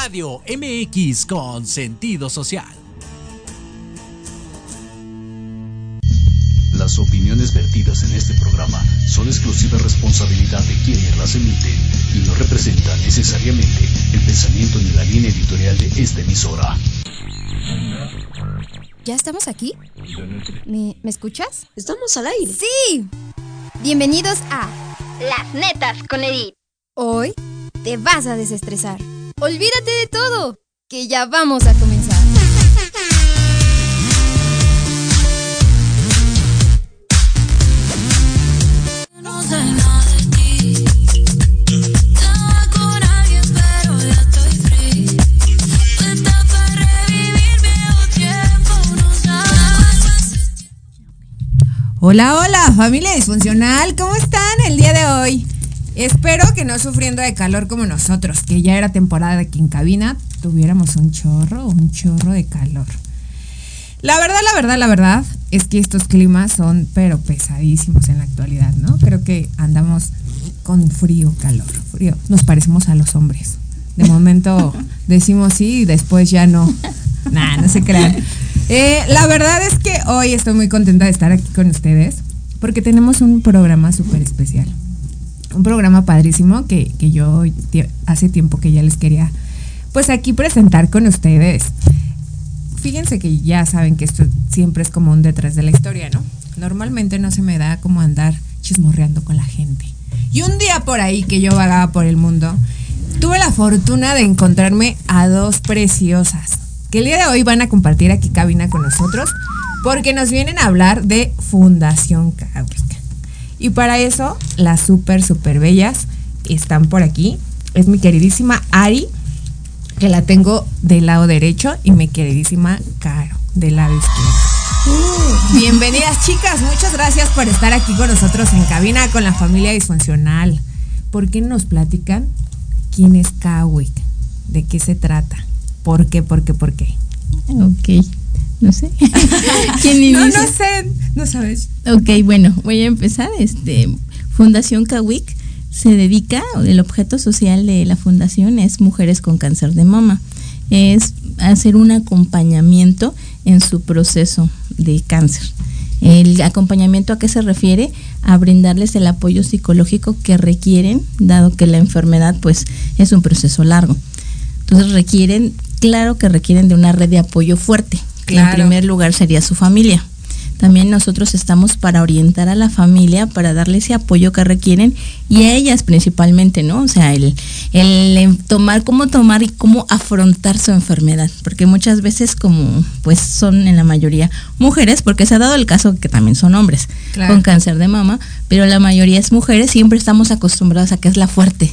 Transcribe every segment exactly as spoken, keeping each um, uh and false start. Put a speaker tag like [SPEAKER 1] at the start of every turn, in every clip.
[SPEAKER 1] Radio M X con sentido social.
[SPEAKER 2] Las opiniones vertidas en este programa son exclusiva responsabilidad de quienes las emiten y no representan necesariamente el pensamiento ni la línea editorial de esta emisora.
[SPEAKER 3] ¿Ya estamos aquí? ¿Me, ¿me escuchas?
[SPEAKER 4] Estamos al aire.
[SPEAKER 3] ¡Sí! Bienvenidos a
[SPEAKER 5] Las Netas con Edith.
[SPEAKER 3] Hoy te vas a desestresar. Olvídate de todo, que ya vamos a comenzar.
[SPEAKER 6] No sé nada de ti. Estaba con alguien, pero ya estoy free. Está para revivir viejo tiempo, no sabes.
[SPEAKER 7] Hola, hola, familia disfuncional, ¿cómo están el día de hoy? Espero que no sufriendo de calor como nosotros, que ya era temporada de que en cabina tuviéramos un chorro, un chorro de calor. La verdad, la verdad, la verdad es que estos climas son pero pesadísimos en la actualidad, ¿no? Creo que andamos con frío, calor, frío. Nos parecemos a los hombres. De momento decimos sí y después ya no. Nah, no se crean. Eh, la verdad es que hoy estoy muy contenta de estar aquí con ustedes porque tenemos un programa súper especial. Un programa padrísimo que, que yo hace tiempo que ya les quería pues aquí presentar con ustedes. Fíjense que ya saben que esto siempre es como un detrás de la historia, ¿no? Normalmente no se me da como andar chismorreando con la gente. Y un día por ahí que yo vagaba por el mundo, tuve la fortuna de encontrarme a dos preciosas que el día de hoy van a compartir aquí cabina con nosotros porque nos vienen a hablar de Fundación Cahuic. Y para eso, las súper, súper bellas están por aquí. Es mi queridísima Ari, que la tengo del lado derecho, y mi queridísima Caro, del lado izquierdo. Uh, bienvenidas, chicas. Muchas gracias por estar aquí con nosotros en cabina con la familia disfuncional. ¿Por qué nos platican quién es Cahuic? ¿De qué se trata? ¿Por qué, por qué, por qué?
[SPEAKER 8] Ok. No sé. ¿Quién inicia?
[SPEAKER 7] No, no sé, no sabes.
[SPEAKER 8] Ok, bueno, voy a empezar. Este, Fundación Cahuic se dedica, el objeto social de la fundación es mujeres con cáncer de mama. Es hacer un acompañamiento en su proceso de cáncer. El acompañamiento, ¿a qué se refiere? A brindarles el apoyo psicológico que requieren, dado que la enfermedad pues es un proceso largo. Entonces requieren, claro que requieren de una red de apoyo fuerte. Claro. En primer lugar sería su familia. También nosotros estamos para orientar a la familia, para darle ese apoyo que requieren y a ellas principalmente, ¿no? O sea, el, el tomar, cómo tomar y cómo afrontar su enfermedad, porque muchas veces como pues son en la mayoría mujeres, porque se ha dado el caso que también son hombres, claro, con cáncer de mama, pero la mayoría es mujeres, siempre estamos acostumbrados a que es la fuerte,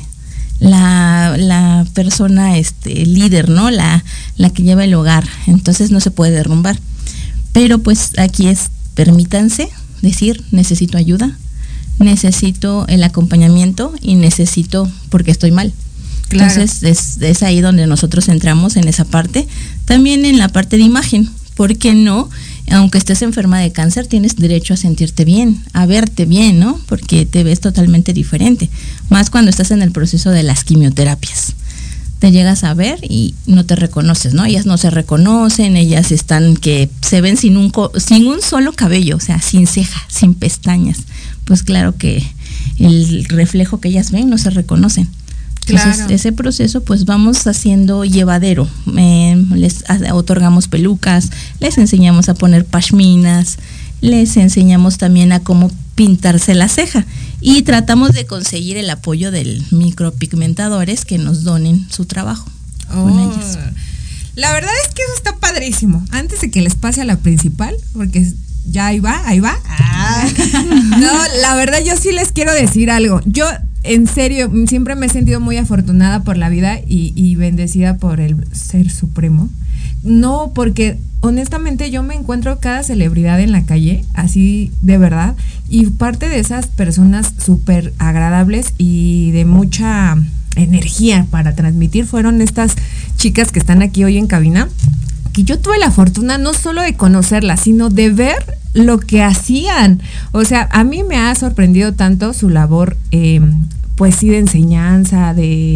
[SPEAKER 8] la, la persona este líder, ¿no? La, la que lleva el hogar, entonces no se puede derrumbar. Pero pues aquí es, permítanse decir, necesito ayuda, necesito el acompañamiento y necesito porque estoy mal. Claro. Entonces es, es ahí donde nosotros entramos en esa parte. También en la parte de imagen, ¿por qué no? Aunque estés enferma de cáncer, tienes derecho a sentirte bien, a verte bien, ¿no? Porque te ves totalmente diferente, más cuando estás en el proceso de las quimioterapias. Te llegas a ver y no te reconoces, ¿no? Ellas no se reconocen, ellas están que se ven sin un co- sin un solo cabello, o sea, sin ceja, sin pestañas. Pues claro que el reflejo que ellas ven no se reconocen. Entonces, claro, ese proceso pues vamos haciendo llevadero. Eh, les a, otorgamos pelucas, les enseñamos a poner pashminas, les enseñamos también a cómo pintarse la ceja y tratamos de conseguir el apoyo de micropigmentadores que nos donen su trabajo oh, con ellas.
[SPEAKER 7] La verdad es que eso está padrísimo. Antes de que les pase a la principal, porque ya ahí va, ahí va. Ah. No, la verdad yo sí les quiero decir algo. Yo en serio siempre me he sentido muy afortunada por la vida y, y bendecida por el Ser Supremo. No, porque honestamente yo me encuentro cada celebridad en la calle, así de verdad, y parte de esas personas súper agradables y de mucha energía para transmitir fueron estas chicas que están aquí hoy en cabina, que yo tuve la fortuna no solo de conocerlas, sino de ver lo que hacían. O sea, a mí me ha sorprendido tanto su labor, eh, pues sí, de enseñanza, de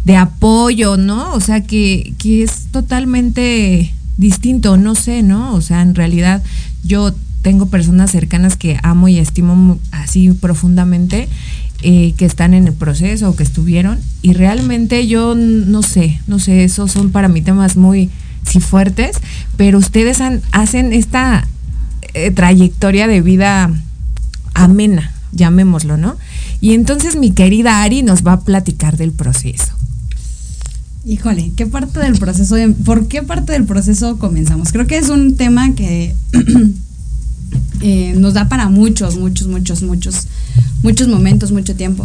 [SPEAKER 7] de apoyo, ¿no? O sea, que, que es totalmente distinto, no sé, ¿no? O sea, en realidad yo tengo personas cercanas que amo y estimo así profundamente, eh, que están en el proceso o que estuvieron, y realmente yo no sé, no sé, esos son para mí temas muy, sí, fuertes, pero ustedes han, hacen esta eh, trayectoria de vida amena, llamémoslo, ¿no? Y entonces mi querida Ari nos va a platicar del proceso.
[SPEAKER 4] Híjole, ¿qué parte del proceso, por qué parte del proceso comenzamos? Creo que es un tema que eh, nos da para muchos, muchos, muchos, muchos, muchos momentos, mucho tiempo.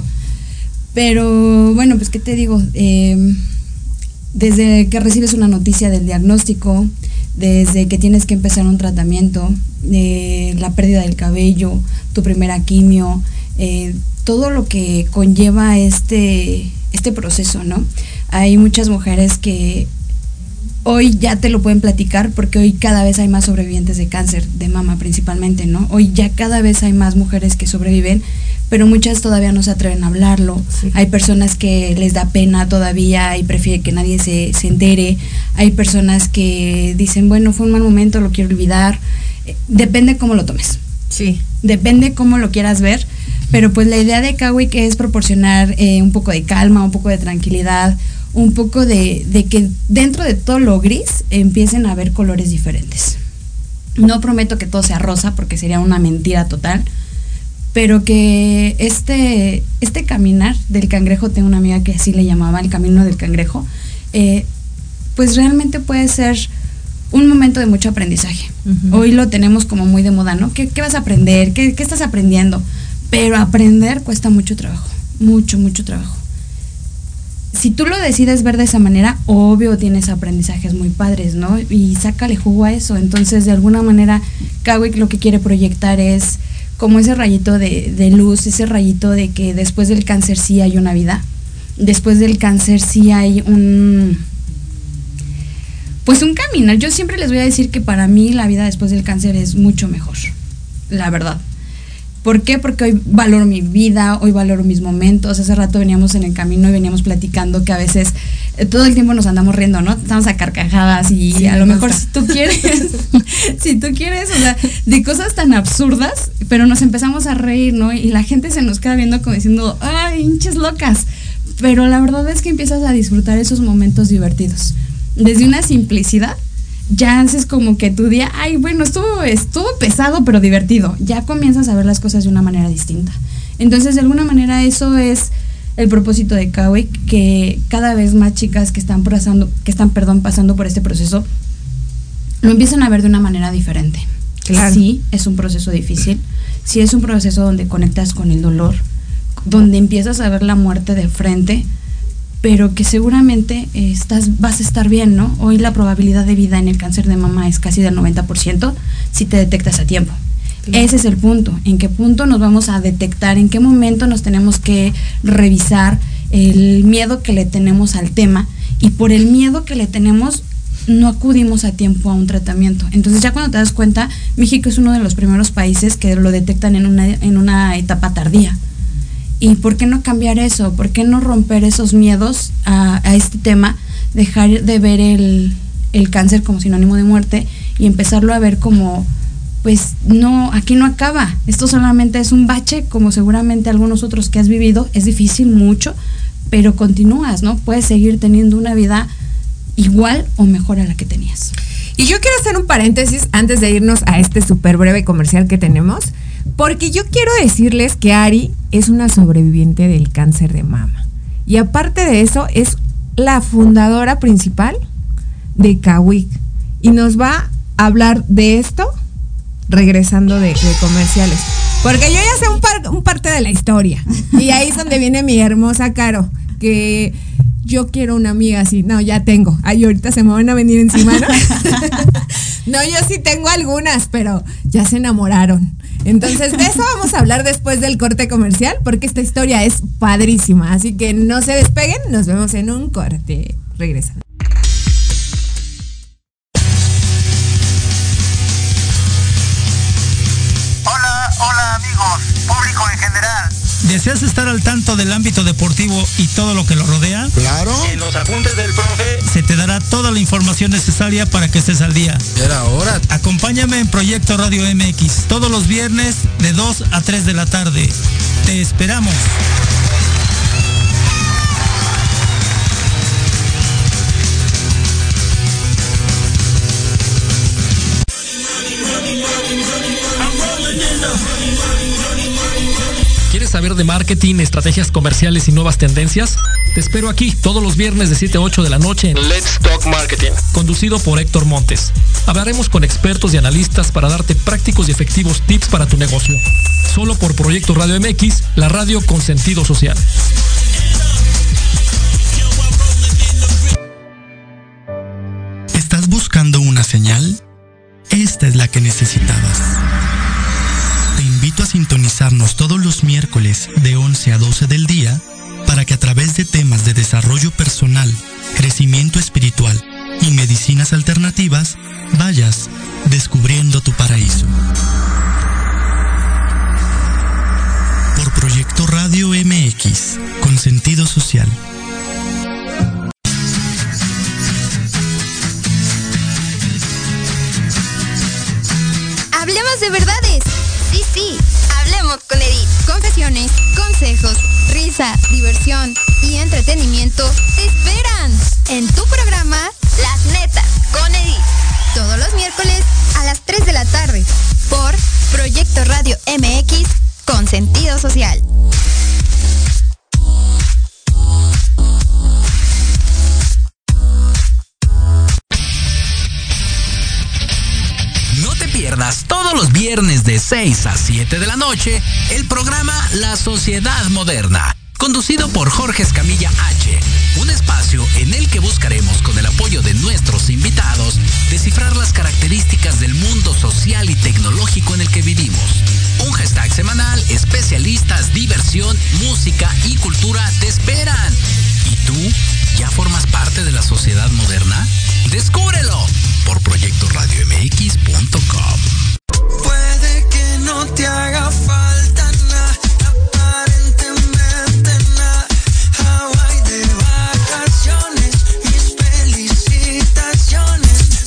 [SPEAKER 4] Pero bueno, pues qué te digo, eh, desde que recibes una noticia del diagnóstico, desde que tienes que empezar un tratamiento, eh, la pérdida del cabello, tu primera quimio, eh, todo lo que conlleva este, este proceso, ¿no? Hay muchas mujeres que hoy ya te lo pueden platicar porque hoy cada vez hay más sobrevivientes de cáncer de mama principalmente, ¿no? Hoy ya cada vez hay más mujeres que sobreviven, pero muchas todavía no se atreven a hablarlo. Sí. Hay personas que les da pena todavía y prefieren que nadie se, se entere. Hay personas que dicen, bueno, fue un mal momento, lo quiero olvidar. Depende cómo lo tomes.
[SPEAKER 7] Sí.
[SPEAKER 4] Depende cómo lo quieras ver, pero pues la idea de Kawick es proporcionar eh, un poco de calma, un poco de tranquilidad, un poco de, de que dentro de todo lo gris empiecen a ver colores diferentes. No prometo que todo sea rosa porque sería una mentira total, pero que este, este caminar del cangrejo, tengo una amiga que así le llamaba el camino del cangrejo, eh, pues realmente puede ser un momento de mucho aprendizaje. Uh-huh. Hoy lo tenemos como muy de moda, ¿no? ¿Qué, qué vas a aprender? ¿Qué, ¿Qué estás aprendiendo? Pero aprender cuesta mucho trabajo, mucho, mucho trabajo. Si tú lo decides ver de esa manera, obvio tienes aprendizajes muy padres, ¿no? Y sácale jugo a eso. Entonces, de alguna manera, Kawick lo que quiere proyectar es como ese rayito de, de luz, ese rayito de que después del cáncer sí hay una vida. Después del cáncer sí hay un... pues un caminar. Yo siempre les voy a decir que para mí la vida después del cáncer es mucho mejor, la verdad. ¿Por qué? Porque hoy valoro mi vida, hoy valoro mis momentos. Hace rato veníamos en el camino y veníamos platicando que a veces eh, todo el tiempo nos andamos riendo, ¿no? Estamos a carcajadas y sí, a lo mejor si tú quieres, si tú quieres, o sea, de cosas tan absurdas, pero nos empezamos a reír, ¿no? Y la gente se nos queda viendo como diciendo, ¡ay, hinches locas! Pero la verdad es que empiezas a disfrutar esos momentos divertidos. Desde una simplicidad, ya haces como que tu día, ay, bueno, estuvo, estuvo pesado pero divertido. Ya comienzas a ver las cosas de una manera distinta. Entonces, de alguna manera, eso es el propósito de Kawick, que cada vez más chicas que están pasando, que están, perdón, pasando por este proceso, lo empiezan a ver de una manera diferente. Claro. Sí, es un proceso difícil. Sí, es un proceso donde conectas con el dolor, donde empiezas a ver la muerte de frente, pero que seguramente eh, estás, vas a estar bien, ¿no? Hoy la probabilidad de vida en el cáncer de mama es casi del noventa por ciento si te detectas a tiempo. Claro. Ese es el punto, en qué punto nos vamos a detectar, en qué momento nos tenemos que revisar el miedo que le tenemos al tema, y por el miedo que le tenemos no acudimos a tiempo a un tratamiento. Entonces ya cuando te das cuenta, México es uno de los primeros países que lo detectan en una, en una etapa tardía. ¿Y por qué no cambiar eso? ¿Por qué no romper esos miedos a, a este tema? Dejar de ver el, el cáncer como sinónimo de muerte y empezarlo a ver como, pues no, aquí no acaba. Esto solamente es un bache, como seguramente algunos otros que has vivido. Es difícil mucho, pero continúas, ¿no? Puedes seguir teniendo una vida igual o mejor a la que tenías.
[SPEAKER 7] Y yo quiero hacer un paréntesis antes de irnos a este súper breve comercial que tenemos, porque yo quiero decirles que Ari es una sobreviviente del cáncer de mama. Y aparte de eso, es la fundadora principal de Kawick. Y nos va a hablar de esto regresando de, de comerciales. Porque yo ya sé un, par, un parte de la historia. Y ahí es donde viene mi hermosa Caro, que yo quiero una amiga así. No, ya tengo. Ay, ahorita se me van a venir encima, ¿no? No, yo sí tengo algunas, pero ya se enamoraron. Entonces, de eso vamos a hablar después del corte comercial, porque esta historia es padrísima. Así que no se despeguen, nos vemos en un corte. Regresan.
[SPEAKER 9] Hola, hola amigos, público en general.
[SPEAKER 10] ¿Deseas estar al tanto del ámbito deportivo y todo lo que lo rodea?
[SPEAKER 9] Claro.
[SPEAKER 10] En toda la información necesaria para que estés al día.
[SPEAKER 11] Era hora.
[SPEAKER 10] Acompáñame en Proyecto Radio M X todos los viernes de dos a tres de la tarde. Te esperamos.
[SPEAKER 12] ¿Quieres saber de marketing, estrategias comerciales y nuevas tendencias? Te espero aquí todos los viernes de siete a ocho de la noche en Let's Talk Marketing, conducido por Héctor Montes. Hablaremos con expertos y analistas para darte prácticos y efectivos tips para tu negocio. Solo por Proyecto Radio M X, la radio con sentido social.
[SPEAKER 13] ¿Estás buscando una señal? Esta es la que necesitabas. Te invito a sintonizarnos todos los miércoles de once a doce del día para que a través de temas de desarrollo personal, crecimiento espiritual y medicinas alternativas vayas descubriendo tu paraíso. Por Proyecto Radio M X, con sentido social.
[SPEAKER 3] Hablemos de verdades. Sí, sí, hablemos con Edith. Confesiones, consejos, risa, diversión y entretenimiento te esperan en tu programa Las Netas con Edith. Todos los miércoles a las tres de la tarde por Proyecto Radio M X con sentido social.
[SPEAKER 1] No te pierdas todos los viernes de seis a siete de la noche el programa La Sociedad Moderna, conducido por Jorge Escamilla H. Un espacio en el que buscaremos, con el apoyo de nuestros invitados, descifrar las características del mundo social y tecnológico en el que vivimos. Un hashtag semanal, especialistas, diversión, música y cultura te esperan. ¿Y tú ya formas parte de la sociedad moderna? ¡Descúbrelo! Por proyecto radio m x punto com.
[SPEAKER 6] Puede que no te haga falta nada, aparentemente nada. Hawaii de vacaciones, mis felicitaciones.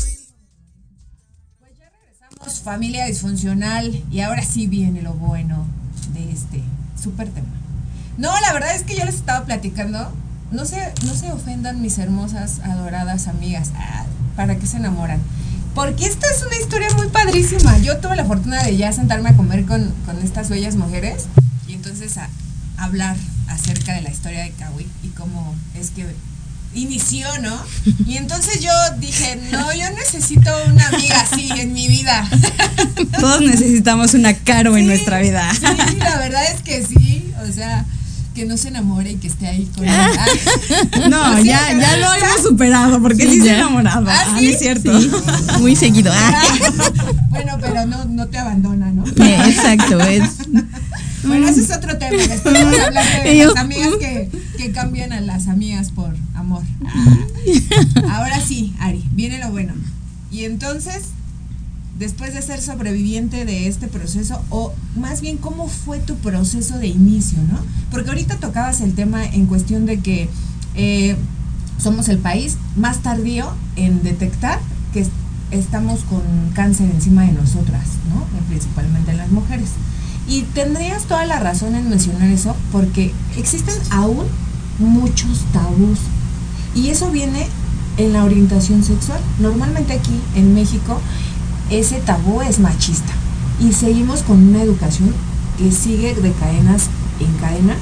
[SPEAKER 7] Pues ya regresamos, familia disfuncional, y ahora sí viene lo bueno de este súper tema. No, la verdad es que yo les estaba platicando. No se, no se ofendan mis hermosas, adoradas amigas. Ah, ¿para qué se enamoran? Porque esta es una historia muy padrísima. Yo tuve la fortuna de ya sentarme a comer con, con estas bellas mujeres y entonces a, a hablar acerca de la historia de Kawi y cómo es que inició, ¿no? Y entonces yo dije, no, yo necesito una amiga así en mi vida.
[SPEAKER 4] Todos necesitamos una Caro sí, en nuestra vida.
[SPEAKER 7] Sí, la verdad es que sí, o sea, que no se enamore y que esté ahí con él.
[SPEAKER 4] No, sí, ya, ya lo hemos superado, porque sí, sí se ha enamorado.
[SPEAKER 7] ¿Ah,
[SPEAKER 4] ah,
[SPEAKER 7] sí?
[SPEAKER 4] ¿No es cierto?
[SPEAKER 8] Sí, muy seguido. Ah.
[SPEAKER 7] Bueno, pero no, no te abandona, ¿no?
[SPEAKER 8] Eh, exacto, es.
[SPEAKER 7] Bueno, ese es otro tema. Después vamos a hablar de las amigas que, que cambian a las amigas por amor. Ah. Ahora sí, Ari, viene lo bueno. Y entonces, después de ser sobreviviente de este proceso, o más bien, ¿cómo fue tu proceso de inicio, no? Porque ahorita tocabas el tema en cuestión de que eh, somos el país más tardío en detectar que est- estamos con cáncer encima de nosotras, ¿no? Principalmente en las mujeres. Y tendrías toda la razón en mencionar eso, porque existen aún muchos tabús. Y eso viene en la orientación sexual. Normalmente aquí en México ese tabú es machista y seguimos con una educación que sigue de cadenas en cadenas.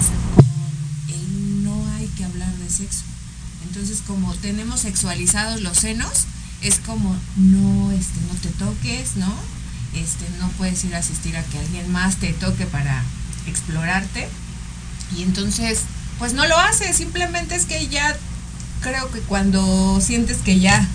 [SPEAKER 7] El no hay que hablar de sexo. Entonces, como tenemos sexualizados los senos, es como no, este, no te toques, ¿no? Este, no puedes ir a asistir a que alguien más te toque para explorarte. Y entonces, pues no lo haces. Simplemente es que ya creo que cuando sientes que ya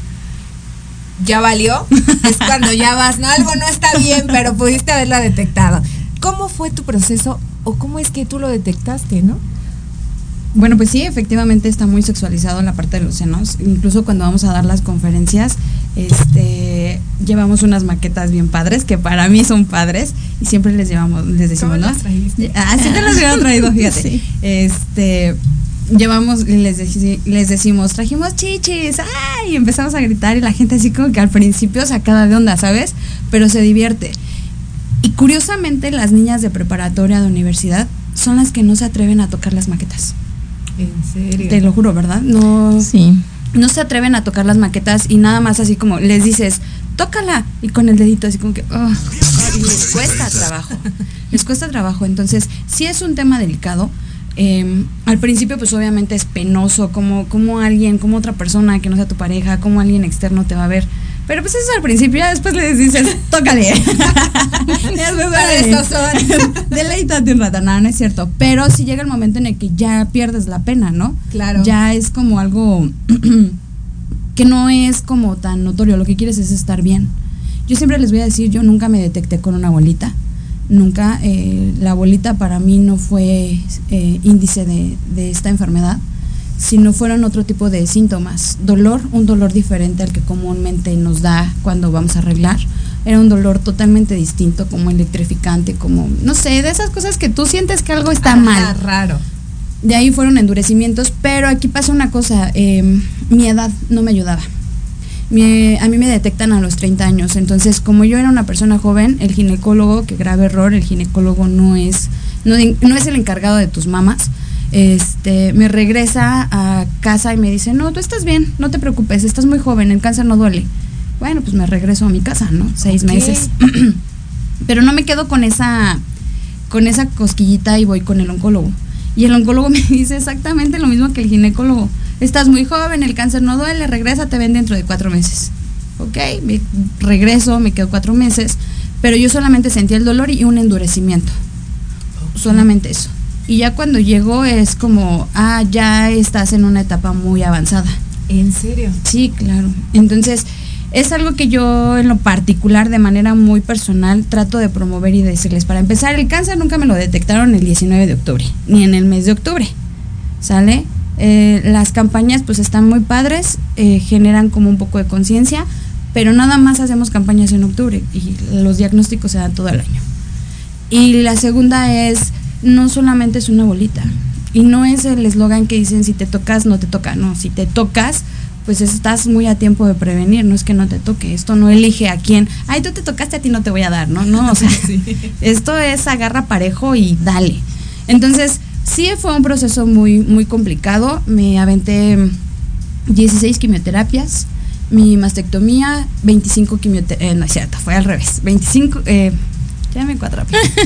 [SPEAKER 7] ya valió, es cuando ya vas, no, algo no está bien, pero pudiste haberla detectado. ¿Cómo fue tu proceso o cómo es que tú lo detectaste, no?
[SPEAKER 4] Bueno, pues sí, efectivamente está muy sexualizado en la parte de los senos. Incluso cuando vamos a dar las conferencias, este, llevamos unas maquetas bien padres, que para mí son padres, y siempre les llevamos, les decimos,
[SPEAKER 7] ¿Cómo
[SPEAKER 4] ¿no?
[SPEAKER 7] las trajiste?
[SPEAKER 4] Ah, sí te las hubiera traído, fíjate.
[SPEAKER 8] Sí.
[SPEAKER 4] Este, llevamos, les, deci- les decimos, trajimos chichis, ¡ay! Y empezamos a gritar y la gente así como que al principio saca de onda, ¿sabes? Pero se divierte. Y curiosamente las niñas de preparatoria, de universidad, son las que no se atreven a tocar las maquetas.
[SPEAKER 7] ¿En serio?
[SPEAKER 4] Te lo juro, ¿verdad? No,
[SPEAKER 8] Sí.
[SPEAKER 4] no se atreven a tocar las maquetas y nada más así como les dices, tócala, y con el dedito así como que, oh, y les cuesta trabajo, les cuesta trabajo. Entonces, sí es un tema delicado. Eh, al principio pues obviamente es penoso, como, como alguien, como otra persona que no sea tu pareja, como alguien externo te va a ver, pero pues eso es al principio, ya después les dices, tócale. Ya después,
[SPEAKER 7] Para
[SPEAKER 4] órale,
[SPEAKER 7] estos son.
[SPEAKER 4] deleítate un rato, no, no es cierto, pero sí llega el momento en el que ya pierdes la pena, ¿no?
[SPEAKER 7] Claro.
[SPEAKER 4] Ya es como algo que no es como tan notorio, lo que quieres es estar bien. Yo siempre les voy a decir, yo nunca me detecté con una bolita. Nunca, eh, la bolita para mí no fue eh, índice de, de esta enfermedad, sino fueron otro tipo de síntomas. Dolor, un dolor diferente al que comúnmente nos da cuando vamos a arreglar. Era un dolor totalmente distinto, como electrificante, como, no sé, de esas cosas que tú sientes que algo está
[SPEAKER 7] Ajá,
[SPEAKER 4] mal.
[SPEAKER 7] raro.
[SPEAKER 4] De ahí fueron endurecimientos, pero aquí pasa una cosa, eh, mi edad no me ayudaba. Mi, a mí me detectan a los treinta años, entonces como yo era una persona joven, el ginecólogo, que grave error, el ginecólogo no es, no, no es el encargado de tus mamas, este, me regresa a casa y me dice, no, tú estás bien, no te preocupes, estás muy joven, el cáncer no duele. Bueno, pues me regreso a mi casa, ¿no? Seis
[SPEAKER 7] Ok.
[SPEAKER 4] meses. Pero no me quedo con esa, con esa cosquillita y voy con el oncólogo. Y el oncólogo me dice exactamente lo mismo que el ginecólogo. Estás muy joven, el cáncer no duele, regresa, te ven dentro de cuatro meses. Ok, me regreso, me quedo cuatro meses, pero yo solamente sentía el dolor y un endurecimiento. Solamente eso. Y ya cuando llego es como, ah, ya estás en una etapa muy avanzada.
[SPEAKER 7] ¿En serio?
[SPEAKER 4] Sí, claro. Entonces, es algo que yo en lo particular, de manera muy personal, trato de promover y decirles. Para empezar, el cáncer nunca me lo detectaron el diecinueve de octubre, ni en el mes de octubre, ¿sale? Eh, las campañas pues están muy padres, eh, generan como un poco de conciencia, pero nada más hacemos campañas en octubre y los diagnósticos se dan todo el año. Y la segunda es, no solamente es una bolita, y no es el eslogan que dicen si te tocas, no te toca, no, si te tocas, pues estás muy a tiempo de prevenir, no es que no te toque, esto no elige a quién, ay, tú te tocaste, a ti no te voy a dar, no, no, o sea, sí. Esto es agarra parejo y dale. Entonces, sí fue un proceso muy, muy complicado, me aventé dieciséis quimioterapias, mi mastectomía, veinticinco quimioterapias, eh, no es cierto, fue al revés, veinticinco, eh, ya me cuatro.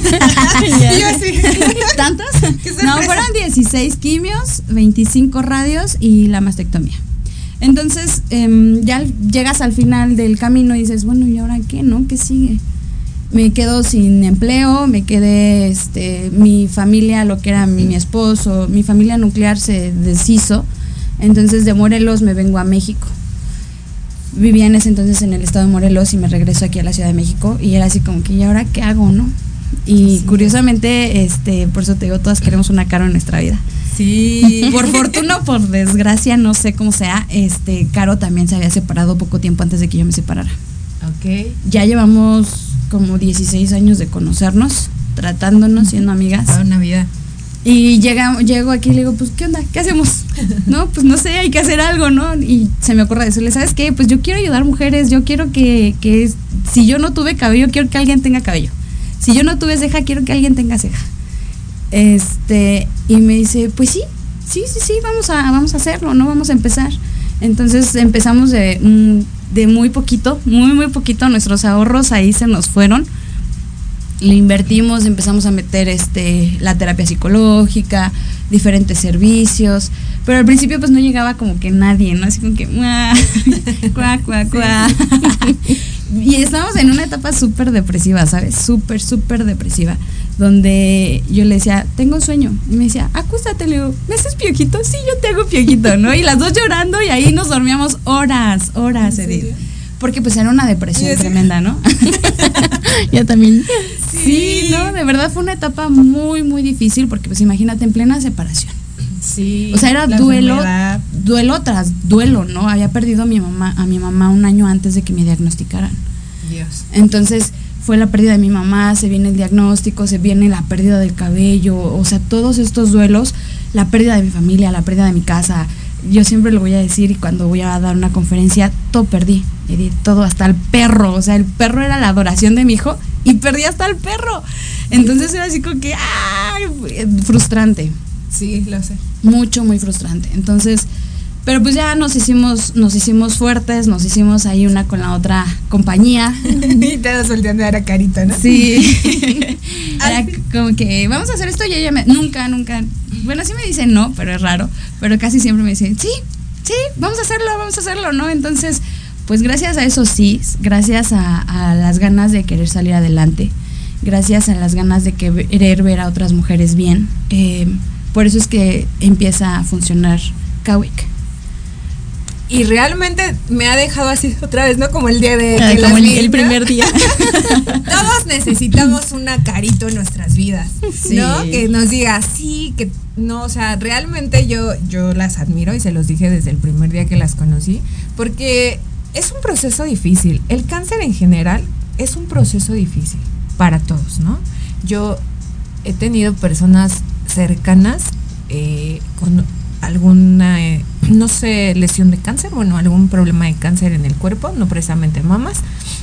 [SPEAKER 4] ¿Tantas? No, fueron dieciséis quimios, veinticinco radios y la mastectomía. Entonces, eh, ya llegas al final del camino y dices, bueno, ¿y ahora qué, no? ¿Qué sigue? Me quedo sin empleo, me quedé, este, mi familia, lo que era mi, mi esposo, mi familia nuclear se deshizo, entonces de Morelos me vengo a México. Vivía en ese entonces en el estado de Morelos y me regreso aquí a la Ciudad de México y era así como que, ¿y ahora qué hago, no? Y sí, curiosamente, este, por eso te digo, todas queremos una Caro en nuestra vida.
[SPEAKER 7] Sí.
[SPEAKER 4] Por fortuna o por desgracia, no sé cómo sea, este, Caro también se había separado poco tiempo antes de que yo me separara.
[SPEAKER 7] Ok.
[SPEAKER 4] Ya llevamos como dieciséis años de conocernos, tratándonos, siendo amigas.
[SPEAKER 7] Toda una vida.
[SPEAKER 4] Y llega, llego aquí y le digo, pues, ¿qué onda? ¿Qué hacemos? No, pues no sé, hay que hacer algo, ¿no? Y se me ocurre decirle, ¿sabes qué? Pues yo quiero ayudar mujeres, yo quiero que, que si yo no tuve cabello, quiero que alguien tenga cabello. Si yo no tuve ceja, quiero que alguien tenga ceja. Este, y me dice, pues sí, sí, sí, sí, vamos a, vamos a hacerlo, ¿no? Vamos a empezar. Entonces empezamos de, de muy poquito, muy, muy poquito, nuestros ahorros ahí se nos fueron. Le invertimos, empezamos a meter este la terapia psicológica, diferentes servicios, pero al principio pues no llegaba como que nadie, ¿no? Así como que cuá, cuá, cuá, cuá. Y estábamos en una etapa súper depresiva, ¿sabes? Súper, súper depresiva, donde yo le decía, tengo sueño, y me decía, acuéstate, le digo, ¿me haces piojito? Sí, yo te hago piojito, ¿no? Y las dos llorando y ahí nos dormíamos horas, horas, Edith. Porque pues era una depresión sí, tremenda, ¿no?
[SPEAKER 8] Yo también.
[SPEAKER 4] Sí, no, de verdad fue una etapa muy, muy difícil porque pues imagínate en plena separación.
[SPEAKER 7] Sí.
[SPEAKER 4] O sea, era duelo, enfermedad. duelo tras duelo, ¿no? Había perdido a mi mamá, a mi mamá un año antes de que me diagnosticaran.
[SPEAKER 7] Dios.
[SPEAKER 4] Entonces fue la pérdida de mi mamá, se viene el diagnóstico, se viene la pérdida del cabello, o sea, todos estos duelos, la pérdida de mi familia, la pérdida de mi casa. Yo siempre lo voy a decir y cuando voy a dar una conferencia, todo perdí, Edith, todo, hasta el perro, o sea, el perro era la adoración de mi hijo y perdí hasta el perro. Entonces era así como que, ¡ay! Frustrante.
[SPEAKER 7] Sí, lo sé.
[SPEAKER 4] Mucho, muy frustrante. Entonces, pero pues ya nos hicimos, nos hicimos fuertes, nos hicimos ahí una con la otra compañía.
[SPEAKER 7] Y te das volteando a dar a Carita, ¿no?
[SPEAKER 4] Sí. Era como que, vamos a hacer esto y ella me, nunca, nunca, bueno, sí me dicen no, pero es raro, pero casi siempre me dicen, sí, sí, vamos a hacerlo, vamos a hacerlo, ¿no? Entonces, pues gracias a eso sí, gracias a, a las ganas de querer salir adelante, gracias a las ganas de querer ver a otras mujeres bien, eh, por eso es que empieza a funcionar Kawik.
[SPEAKER 7] Y realmente me ha dejado así otra vez, ¿no? Como el día de...
[SPEAKER 8] Ah,
[SPEAKER 7] que
[SPEAKER 8] como
[SPEAKER 7] las
[SPEAKER 8] el,
[SPEAKER 7] vi,
[SPEAKER 8] el
[SPEAKER 7] ¿no?
[SPEAKER 8] primer día.
[SPEAKER 7] Todos necesitamos una Carito en nuestras vidas,
[SPEAKER 4] Sí.
[SPEAKER 7] ¿no? Que nos diga, sí, que no, o sea, realmente yo, yo las admiro y se los dije desde el primer día que las conocí, porque es un proceso difícil. El cáncer en general es un proceso difícil para todos, ¿no? Yo he tenido personas cercanas eh, con alguna, eh, no sé, lesión de cáncer, bueno, algún problema de cáncer en el cuerpo, no precisamente mamas,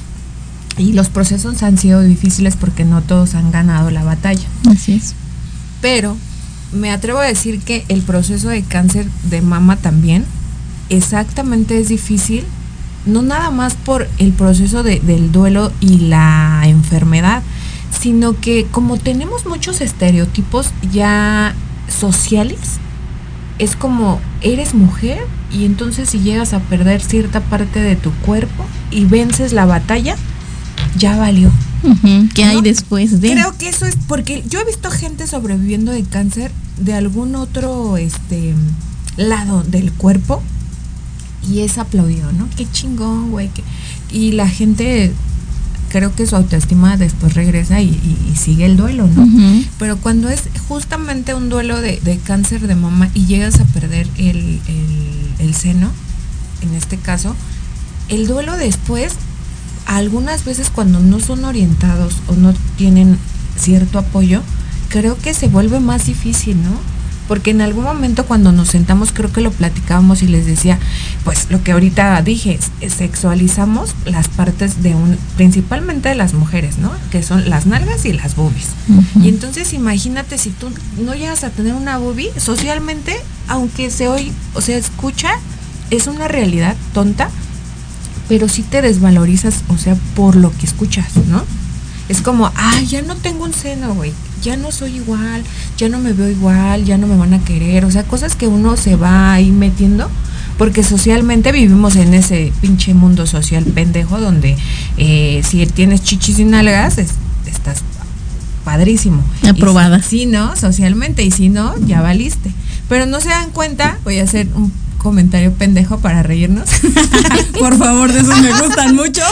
[SPEAKER 7] y los procesos han sido difíciles porque no todos han ganado la batalla.
[SPEAKER 8] Así es.
[SPEAKER 7] Pero me atrevo a decir que el proceso de cáncer de mama también exactamente es difícil, no nada más por el proceso de, del duelo y la enfermedad, sino que como tenemos muchos estereotipos ya sociales, es como eres mujer y entonces si llegas a perder cierta parte de tu cuerpo y vences la batalla, ya valió.
[SPEAKER 8] Uh-huh. ¿Qué
[SPEAKER 7] ¿No?
[SPEAKER 8] hay después de?
[SPEAKER 7] Creo que eso es porque yo he visto gente sobreviviendo de cáncer de algún otro este lado del cuerpo y es aplaudido, ¿no? Qué chingón, güey. Que... Y la gente, creo que su autoestima después regresa y, y, y sigue el duelo, ¿no?
[SPEAKER 8] Uh-huh.
[SPEAKER 7] Pero cuando es justamente un duelo de, de cáncer de mama y llegas a perder el, el, el seno, en este caso, el duelo después, algunas veces cuando no son orientados o no tienen cierto apoyo, creo que se vuelve más difícil, ¿no? Porque en algún momento cuando nos sentamos, creo que lo platicábamos y les decía, pues lo que ahorita dije, sexualizamos las partes de un, principalmente de las mujeres, ¿no? Que son las nalgas y las boobies. Uh-huh. Y entonces imagínate si tú no llegas a tener una boobie, socialmente, aunque se oye, o sea, escucha, es una realidad tonta, pero sí te desvalorizas, o sea, por lo que escuchas, ¿no? Es como, ah, ya no tengo un seno, güey, ya no soy igual, ya no me veo igual, ya no me van a querer, o sea, cosas que uno se va ahí metiendo, porque socialmente vivimos en ese pinche mundo social pendejo donde eh, si tienes chichis y nalgas, es, estás padrísimo.
[SPEAKER 8] Aprobada.
[SPEAKER 7] Si, si no, socialmente, y si no, ya valiste. Pero no se dan cuenta, voy a hacer un comentario pendejo para reírnos.
[SPEAKER 4] Por favor, de esos me gustan mucho.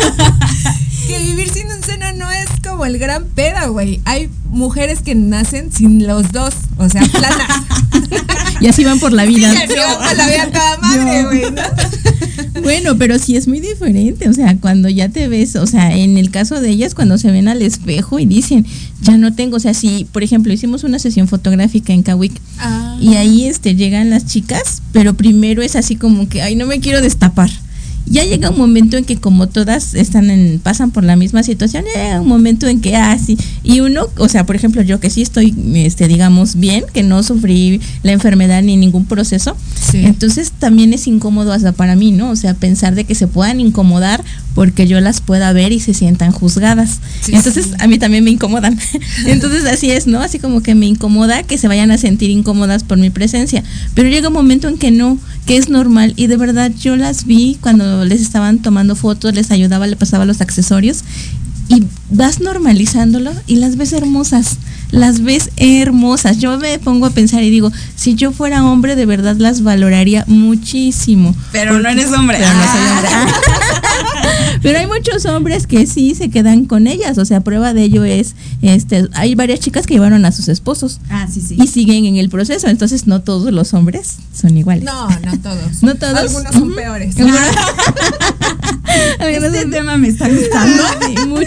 [SPEAKER 7] Que vivir sin un seno no es como el gran pedo, güey. Hay mujeres que nacen sin los dos, o sea, planas.
[SPEAKER 8] Y así van por la vida.
[SPEAKER 7] Sí, así van por la vida toda madre, güey, ¿no?
[SPEAKER 8] Bueno, pero sí es muy diferente, o sea, cuando ya te ves, o sea, en el caso de ellas, cuando se ven al espejo y dicen, ya no tengo, o sea, si, por ejemplo, hicimos una sesión fotográfica en Kawik, ah. y ahí este llegan las chicas, pero primero es así como que, ay, no me quiero destapar. Ya llega un momento en que como todas están en, pasan por la misma situación, ya llega un momento en que, ah, sí, y uno, o sea, por ejemplo, yo que sí estoy, este, digamos, bien, que no sufrí la enfermedad ni ningún proceso, sí. Entonces también es incómodo hasta para mí, ¿no? O sea, pensar de que se puedan incomodar porque yo las pueda ver y se sientan juzgadas. Sí, entonces sí. A mí también me incomodan. Entonces así es, ¿no? Así como que me incomoda que se vayan a sentir incómodas por mi presencia, pero llega un momento en que no, que es normal, y de verdad yo las vi cuando les estaban tomando fotos, les ayudaba, les pasaba los accesorios y vas normalizándolo y las ves hermosas, las ves hermosas. Yo me pongo a pensar y digo, si yo fuera hombre de verdad las valoraría muchísimo.
[SPEAKER 4] Pero porque, no eres hombre.
[SPEAKER 8] Pero no soy hombre. Pero hay muchos hombres que sí se quedan con ellas, o sea, prueba de ello es, este, hay varias chicas que llevaron a sus esposos.
[SPEAKER 4] Ah, sí, sí.
[SPEAKER 8] Y siguen en el proceso, entonces no todos los hombres son iguales.
[SPEAKER 7] No, no todos.
[SPEAKER 8] No todos.
[SPEAKER 7] Algunos son uh-huh. peores.
[SPEAKER 4] Este tema me está gustando.
[SPEAKER 8] Sí, mucho.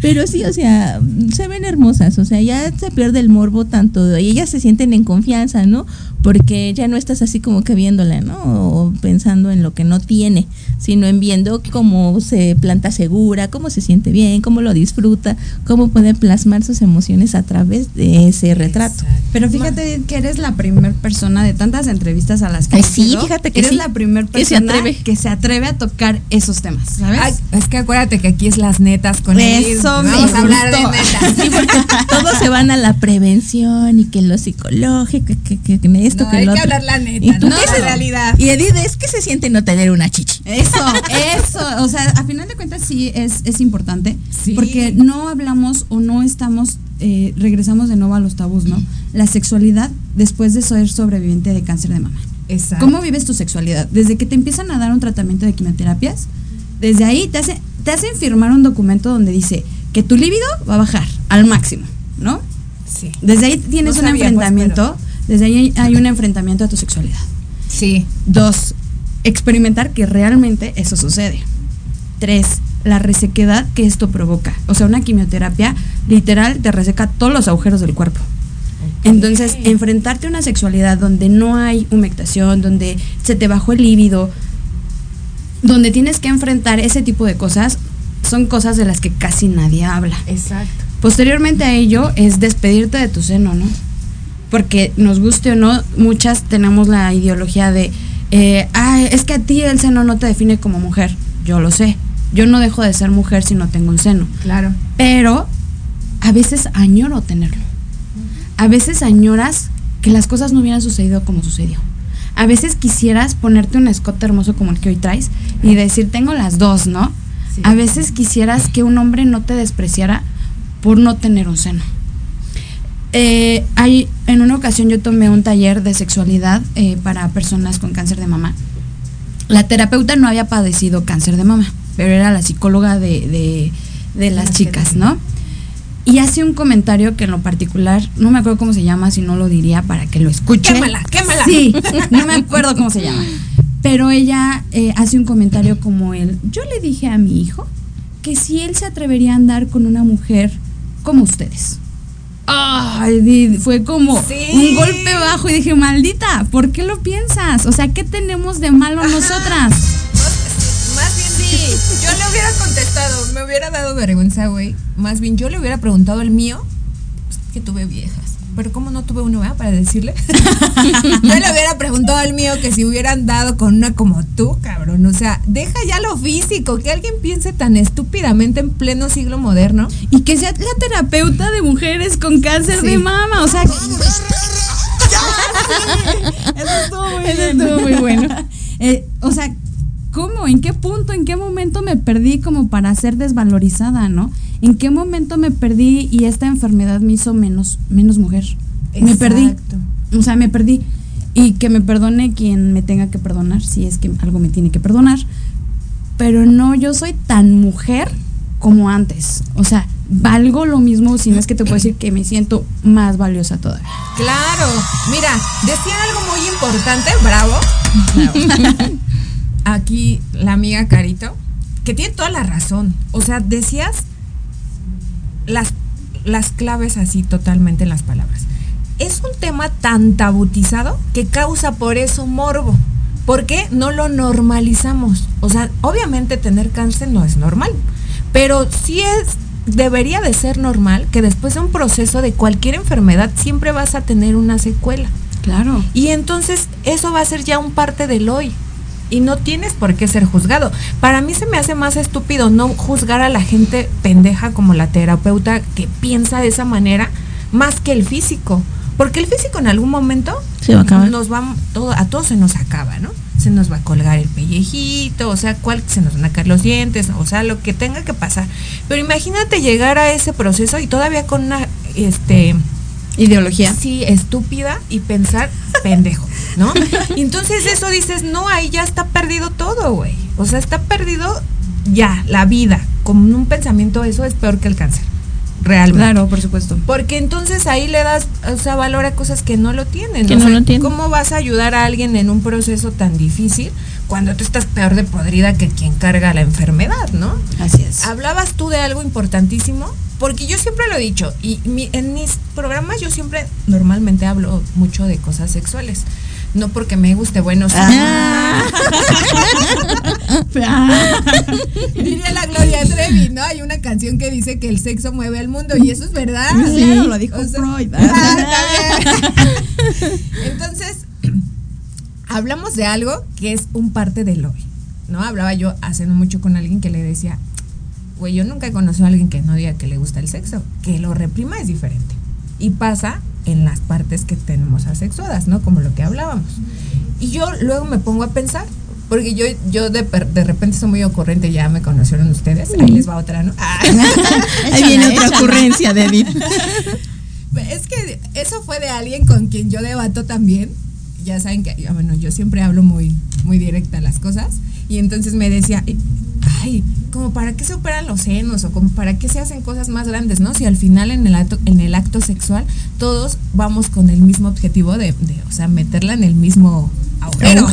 [SPEAKER 8] Pero sí, o sea, se ven hermosas, o sea, ya se pierde el morbo tanto, y ellas se sienten en confianza, ¿no? Porque ya no estás así como que viéndola, ¿no? O pensando en lo que no tiene, sino en viendo cómo se planta segura, cómo se siente bien, cómo lo disfruta, cómo puede plasmar sus emociones a través de ese retrato.
[SPEAKER 4] Exacto. Pero fíjate que eres la primera persona de tantas entrevistas a las que
[SPEAKER 8] Ay,
[SPEAKER 4] has
[SPEAKER 8] sí,
[SPEAKER 4] ido,
[SPEAKER 8] fíjate que
[SPEAKER 4] eres
[SPEAKER 8] sí,
[SPEAKER 4] la primera
[SPEAKER 8] que se
[SPEAKER 4] persona
[SPEAKER 8] atreve.
[SPEAKER 4] que se atreve a tocar esos temas, ¿sabes?
[SPEAKER 7] Ay, es que acuérdate que aquí es las netas con Edith.
[SPEAKER 4] Eso me
[SPEAKER 7] Vamos a hablar de
[SPEAKER 4] gustó.
[SPEAKER 7] netas.
[SPEAKER 8] Sí, porque todos se van a la prevención y que lo psicológico, que, que, que esto,
[SPEAKER 7] No,
[SPEAKER 8] que
[SPEAKER 7] hay
[SPEAKER 8] lo
[SPEAKER 7] que
[SPEAKER 8] otro.
[SPEAKER 7] hablar la neta,
[SPEAKER 8] ¿Y tú
[SPEAKER 7] no
[SPEAKER 8] qué
[SPEAKER 7] la
[SPEAKER 8] se-
[SPEAKER 7] realidad.
[SPEAKER 8] Y Edith, es que se siente no tener una chichi.
[SPEAKER 4] Eso, eso, o sea, a final de cuentas sí es, es importante,
[SPEAKER 7] Sí.
[SPEAKER 4] porque no hablamos o no estamos, eh, regresamos de nuevo a los tabús, ¿no? La sexualidad después de ser sobreviviente de cáncer de mama.
[SPEAKER 7] Exacto.
[SPEAKER 4] ¿Cómo vives tu sexualidad? Desde que te empiezan a dar un tratamiento de quimioterapias, desde ahí te, hace, te hacen firmar un documento donde dice que tu líbido va a bajar al máximo, ¿no?
[SPEAKER 7] Sí.
[SPEAKER 4] Desde ahí tienes
[SPEAKER 7] No
[SPEAKER 4] un
[SPEAKER 7] sabía, pues,
[SPEAKER 4] enfrentamiento, desde ahí hay un enfrentamiento a tu sexualidad.
[SPEAKER 7] Sí.
[SPEAKER 4] Dos, experimentar que realmente eso sucede. Tres, la resequedad que esto provoca. O sea, una quimioterapia literal te reseca todos los agujeros del cuerpo. Entonces, enfrentarte a una sexualidad donde no hay humectación, donde se te bajó el líbido, donde tienes que enfrentar ese tipo de cosas, son cosas de las que casi nadie habla.
[SPEAKER 7] Exacto.
[SPEAKER 4] Posteriormente a ello es despedirte de tu seno, ¿no? Porque nos guste o no, muchas tenemos la ideología de, eh, ah, es que a ti el seno no te define como mujer. Yo lo sé. Yo no dejo de ser mujer si no tengo un seno.
[SPEAKER 7] Claro.
[SPEAKER 4] Pero a veces añoro tenerlo. A veces añoras que las cosas no hubieran sucedido como sucedió. A veces quisieras ponerte un escote hermoso como el que hoy traes y decir, tengo las dos, ¿no?
[SPEAKER 7] Sí.
[SPEAKER 4] A veces quisieras que un hombre no te despreciara por no tener un seno. Eh, hay, en una ocasión yo tomé un taller de sexualidad eh, para personas con cáncer de mama. La terapeuta no había padecido cáncer de mama, pero era la psicóloga de, de, de las chicas, ¿no? Y hace un comentario que en lo particular, no me acuerdo cómo se llama, si no lo diría para que lo escuche.
[SPEAKER 7] Quémala, quémala.
[SPEAKER 4] Sí, no me acuerdo cómo se llama. Pero ella eh, hace un comentario como él. Yo le dije a mi hijo que si él se atrevería a andar con una mujer como ustedes. Ay, di- fue como
[SPEAKER 7] Sí.
[SPEAKER 4] un golpe bajo y dije, maldita, ¿por qué lo piensas? O sea, ¿qué tenemos de malo
[SPEAKER 7] Ajá.
[SPEAKER 4] nosotras?
[SPEAKER 7] Más bien sí, yo le hubiera contestado, me hubiera dado vergüenza, güey. Más bien yo le hubiera preguntado el mío, pues, que tuve viejas. Pero ¿cómo no tuve uno, ¿verdad? Para decirle. Yo le hubiera preguntado al mío que si hubiera andado con una como tú, cabrón. O sea, deja ya lo físico, que alguien piense tan estúpidamente en pleno siglo moderno.
[SPEAKER 4] Y que sea la terapeuta de mujeres con cáncer
[SPEAKER 7] Sí.
[SPEAKER 4] de mama, o sea, eso estuvo muy
[SPEAKER 8] Eso
[SPEAKER 4] bien.
[SPEAKER 8] estuvo muy bueno.
[SPEAKER 4] Eh, o sea, ¿cómo? ¿En qué punto? ¿En qué momento me perdí como para ser desvalorizada, no? ¿En qué momento me perdí y esta enfermedad me hizo menos, menos mujer? Me perdí.
[SPEAKER 7] Exacto.
[SPEAKER 4] O sea, me perdí. Y que me perdone quien me tenga que perdonar, si es que algo me tiene que perdonar. Pero no, yo soy tan mujer como antes. O sea, valgo lo mismo, si no es que te puedo decir que me siento más valiosa todavía.
[SPEAKER 7] Claro, mira, decía algo muy importante, bravo. Aquí la amiga Carito, que tiene toda la razón. O sea, decías las, las claves así totalmente en las palabras. Es un tema tan tabutizado que causa por eso morbo. ¿Por qué no lo normalizamos? O sea, obviamente tener cáncer no es normal, pero sí es, debería de ser normal que después de un proceso de cualquier enfermedad siempre vas a tener una secuela.
[SPEAKER 4] Claro.
[SPEAKER 7] Y entonces eso va a ser ya un parte del hoy. Y no tienes por qué ser juzgado. Para mí se me hace más estúpido no juzgar a la gente pendeja como la terapeuta que piensa de esa manera más que el físico. Porque el físico en algún momento
[SPEAKER 8] Se va a acabar.
[SPEAKER 7] nos va, todo, a todos se nos acaba, ¿no? Se nos va a colgar el pellejito, o sea, cuál, se nos van a caer los dientes, o sea, lo que tenga que pasar. Pero imagínate llegar a ese proceso y todavía con una, este...
[SPEAKER 4] Ideología.
[SPEAKER 7] Sí, estúpida y pensar pendejo, ¿no? Y entonces eso dices, no, ahí ya está perdido todo, güey. O sea, está perdido ya la vida. Con un pensamiento, eso es peor que el cáncer. realmente.
[SPEAKER 4] Claro, por supuesto.
[SPEAKER 7] Porque entonces ahí le das, o sea, valor a cosas que no lo tienen.
[SPEAKER 8] Que
[SPEAKER 7] o
[SPEAKER 8] no
[SPEAKER 7] sea,
[SPEAKER 8] lo tienen.
[SPEAKER 7] ¿cómo vas a ayudar a alguien en un proceso tan difícil cuando tú estás peor de podrida que quien carga la enfermedad, ¿no?
[SPEAKER 4] Así es.
[SPEAKER 7] Hablabas tú de algo importantísimo, porque yo siempre lo he dicho, y mi, en mis programas yo siempre normalmente hablo mucho de cosas sexuales. No porque me guste, bueno, sí.
[SPEAKER 8] Ah.
[SPEAKER 7] Diría la Gloria Trevi, ¿no? Hay una canción que dice que el sexo mueve al mundo y eso es verdad.
[SPEAKER 4] Sí, claro, lo dijo
[SPEAKER 7] O sea,
[SPEAKER 4] Freud.
[SPEAKER 7] Ah, está bien. Entonces, hablamos de algo que es un parte del hoy, ¿no? Hablaba yo hace no mucho con alguien que le decía, güey, yo nunca he conocido a alguien que no diga que le gusta el sexo, que lo reprima es diferente. Y pasa en las partes que tenemos asexuadas, ¿no? Como lo que hablábamos. Y yo luego me pongo a pensar, porque yo, yo de, de repente soy muy ocurrente, ya me conocieron ustedes, ahí les va otra, ¿no? Ah.
[SPEAKER 8] Ahí viene otra ocurrencia de Edith.
[SPEAKER 7] Es que eso fue de alguien con quien yo debato también. Ya saben que, bueno, yo siempre hablo muy, muy directa las cosas. Y entonces me decía, ay, como para qué se operan los senos o como para qué se hacen cosas más grandes, ¿no? Si al final en el acto, en el acto sexual todos vamos con el mismo objetivo de, de o sea, meterla en el mismo agujero.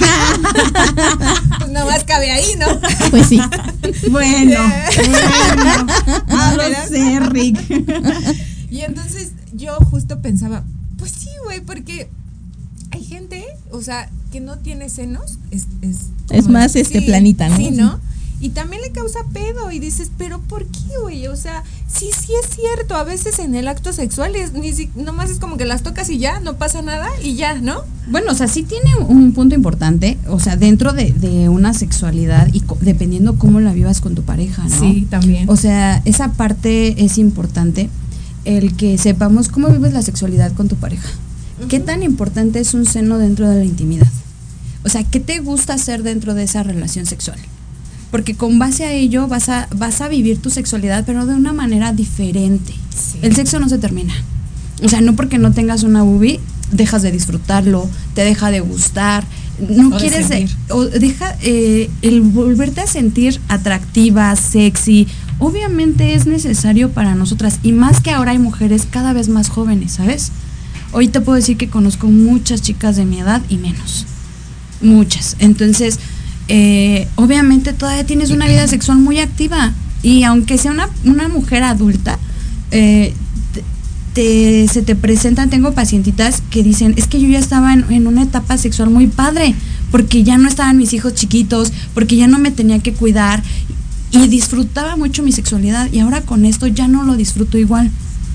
[SPEAKER 7] Pues nomás cabe ahí, ¿no?
[SPEAKER 8] Pues sí.
[SPEAKER 4] Bueno, bueno.
[SPEAKER 7] Ah,
[SPEAKER 4] No lo sé, Rick.
[SPEAKER 7] Y entonces yo justo pensaba, pues sí, güey, porque hay gente, o sea, que no tiene senos, es es,
[SPEAKER 8] es más
[SPEAKER 7] sí,
[SPEAKER 8] este planita, ¿no?
[SPEAKER 7] Sí, ¿no? Y también le causa pedo y dices, pero ¿por qué, güey? O sea, sí, sí es cierto, a veces en el acto sexual es ni si, nomás es como que las tocas y ya, no pasa nada y ya, ¿no?
[SPEAKER 4] Bueno, o sea, sí tiene un punto importante, o sea, dentro de, de una sexualidad y co- dependiendo cómo la vivas con tu pareja, ¿no?
[SPEAKER 7] Sí, también.
[SPEAKER 4] O sea, esa parte es importante, el que sepamos cómo vives la sexualidad con tu pareja. Uh-huh. ¿Qué tan importante es un seno dentro de la intimidad? O sea, ¿qué te gusta hacer dentro de esa relación sexual? Porque con base a ello vas a, vas a vivir tu sexualidad, pero de una manera diferente. Sí. El sexo no se termina. O sea, no porque no tengas una boobie, dejas de disfrutarlo, te deja de gustar, no
[SPEAKER 7] o
[SPEAKER 4] quieres,
[SPEAKER 7] de
[SPEAKER 4] de, o deja eh, el volverte a sentir atractiva, sexy, obviamente es necesario para nosotras, y más que ahora hay mujeres cada vez más jóvenes, ¿sabes? Hoy te puedo decir que conozco muchas chicas de mi edad y menos, muchas, entonces eh, obviamente todavía tienes una vida sexual muy activa, y aunque sea una, una mujer adulta, eh, Te, se te presentan, tengo pacientitas que dicen, es que yo ya estaba en, en una etapa sexual muy padre, porque ya no estaban mis hijos chiquitos, porque ya no me tenía que cuidar, y disfrutaba mucho mi sexualidad, y ahora con esto ya no lo disfruto igual.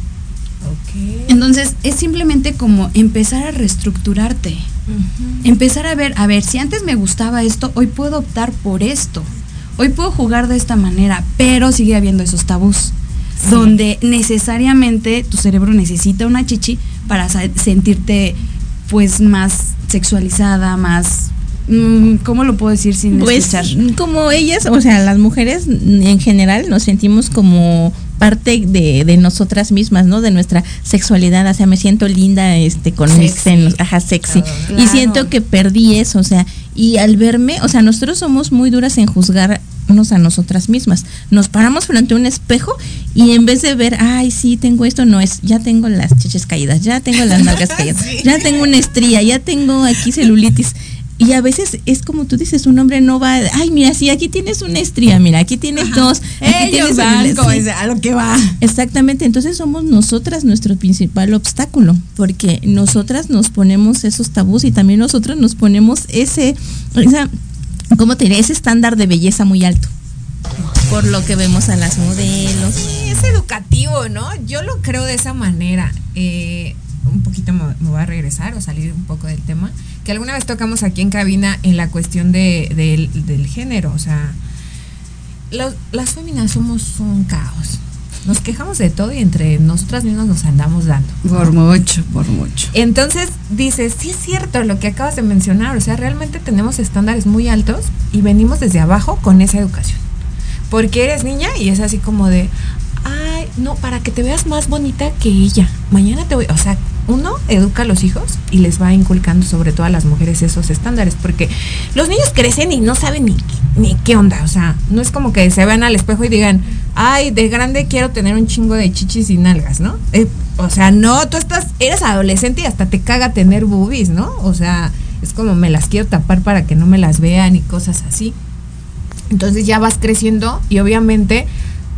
[SPEAKER 4] Okay. Entonces es simplemente como empezar a reestructurarte, uh-huh. empezar a ver, a ver, si antes me gustaba esto, hoy puedo optar por esto, hoy puedo jugar de esta manera, pero sigue habiendo esos tabús. Sí. Donde necesariamente tu cerebro necesita una chichi para sentirte pues más sexualizada, más mmm, ¿cómo lo puedo decir sin
[SPEAKER 8] pues,
[SPEAKER 4] escuchar?
[SPEAKER 8] Como ellas, o sea, las mujeres en general nos sentimos como parte de, de nosotras mismas, ¿no? De nuestra sexualidad, o sea, me siento linda este con sexy. Mis senos, ajá, sexy. Claro. Y siento que perdí eso, o sea, y al verme, o sea, nosotros somos muy duras en juzgarnos a nosotras mismas. Nos paramos frente a un espejo y en vez de ver, ay, sí, tengo esto, no es, ya tengo las chiches caídas, ya tengo las nalgas caídas, sí. Ya tengo una estría, ya tengo aquí celulitis. Y a veces es como tú dices, un hombre no va, ay, mira, sí, aquí tienes una estría, mira, aquí tienes Ajá. dos, aquí
[SPEAKER 4] Ellos
[SPEAKER 8] tienes
[SPEAKER 4] van como sí. a lo que va.
[SPEAKER 8] Exactamente, entonces somos nosotras nuestro principal obstáculo, porque nosotras nos ponemos esos tabús y también nosotras nos ponemos ese, esa, ¿cómo te diré? Ese estándar de belleza muy alto, por lo que vemos a las modelos.
[SPEAKER 7] Sí, es educativo, ¿no? Yo lo creo de esa manera. Eh, un poquito me, me voy a regresar o salir un poco del tema, que alguna vez tocamos aquí en cabina en la cuestión de, de del género, o sea, los, las féminas somos un caos. Nos quejamos de todo y entre nosotras mismas nos andamos dando.
[SPEAKER 4] Por mucho, por mucho.
[SPEAKER 7] Entonces dices, sí es cierto lo que acabas de mencionar, o sea, realmente tenemos estándares muy altos y venimos desde abajo con esa educación. Porque eres niña y es así como de, ay, no, para que te veas más bonita que ella. Mañana te voy, o sea, uno educa a los hijos y les va inculcando sobre todo a las mujeres esos estándares, porque los niños crecen y no saben ni, ni qué onda, o sea, no es como que se vean al espejo y digan, ay, de grande quiero tener un chingo de chichis y nalgas, ¿no? Eh, o sea, no, tú estás, eres adolescente y hasta te caga tener boobies, ¿no? O sea, es como me las quiero tapar para que no me las vean y cosas así. Entonces ya vas creciendo y obviamente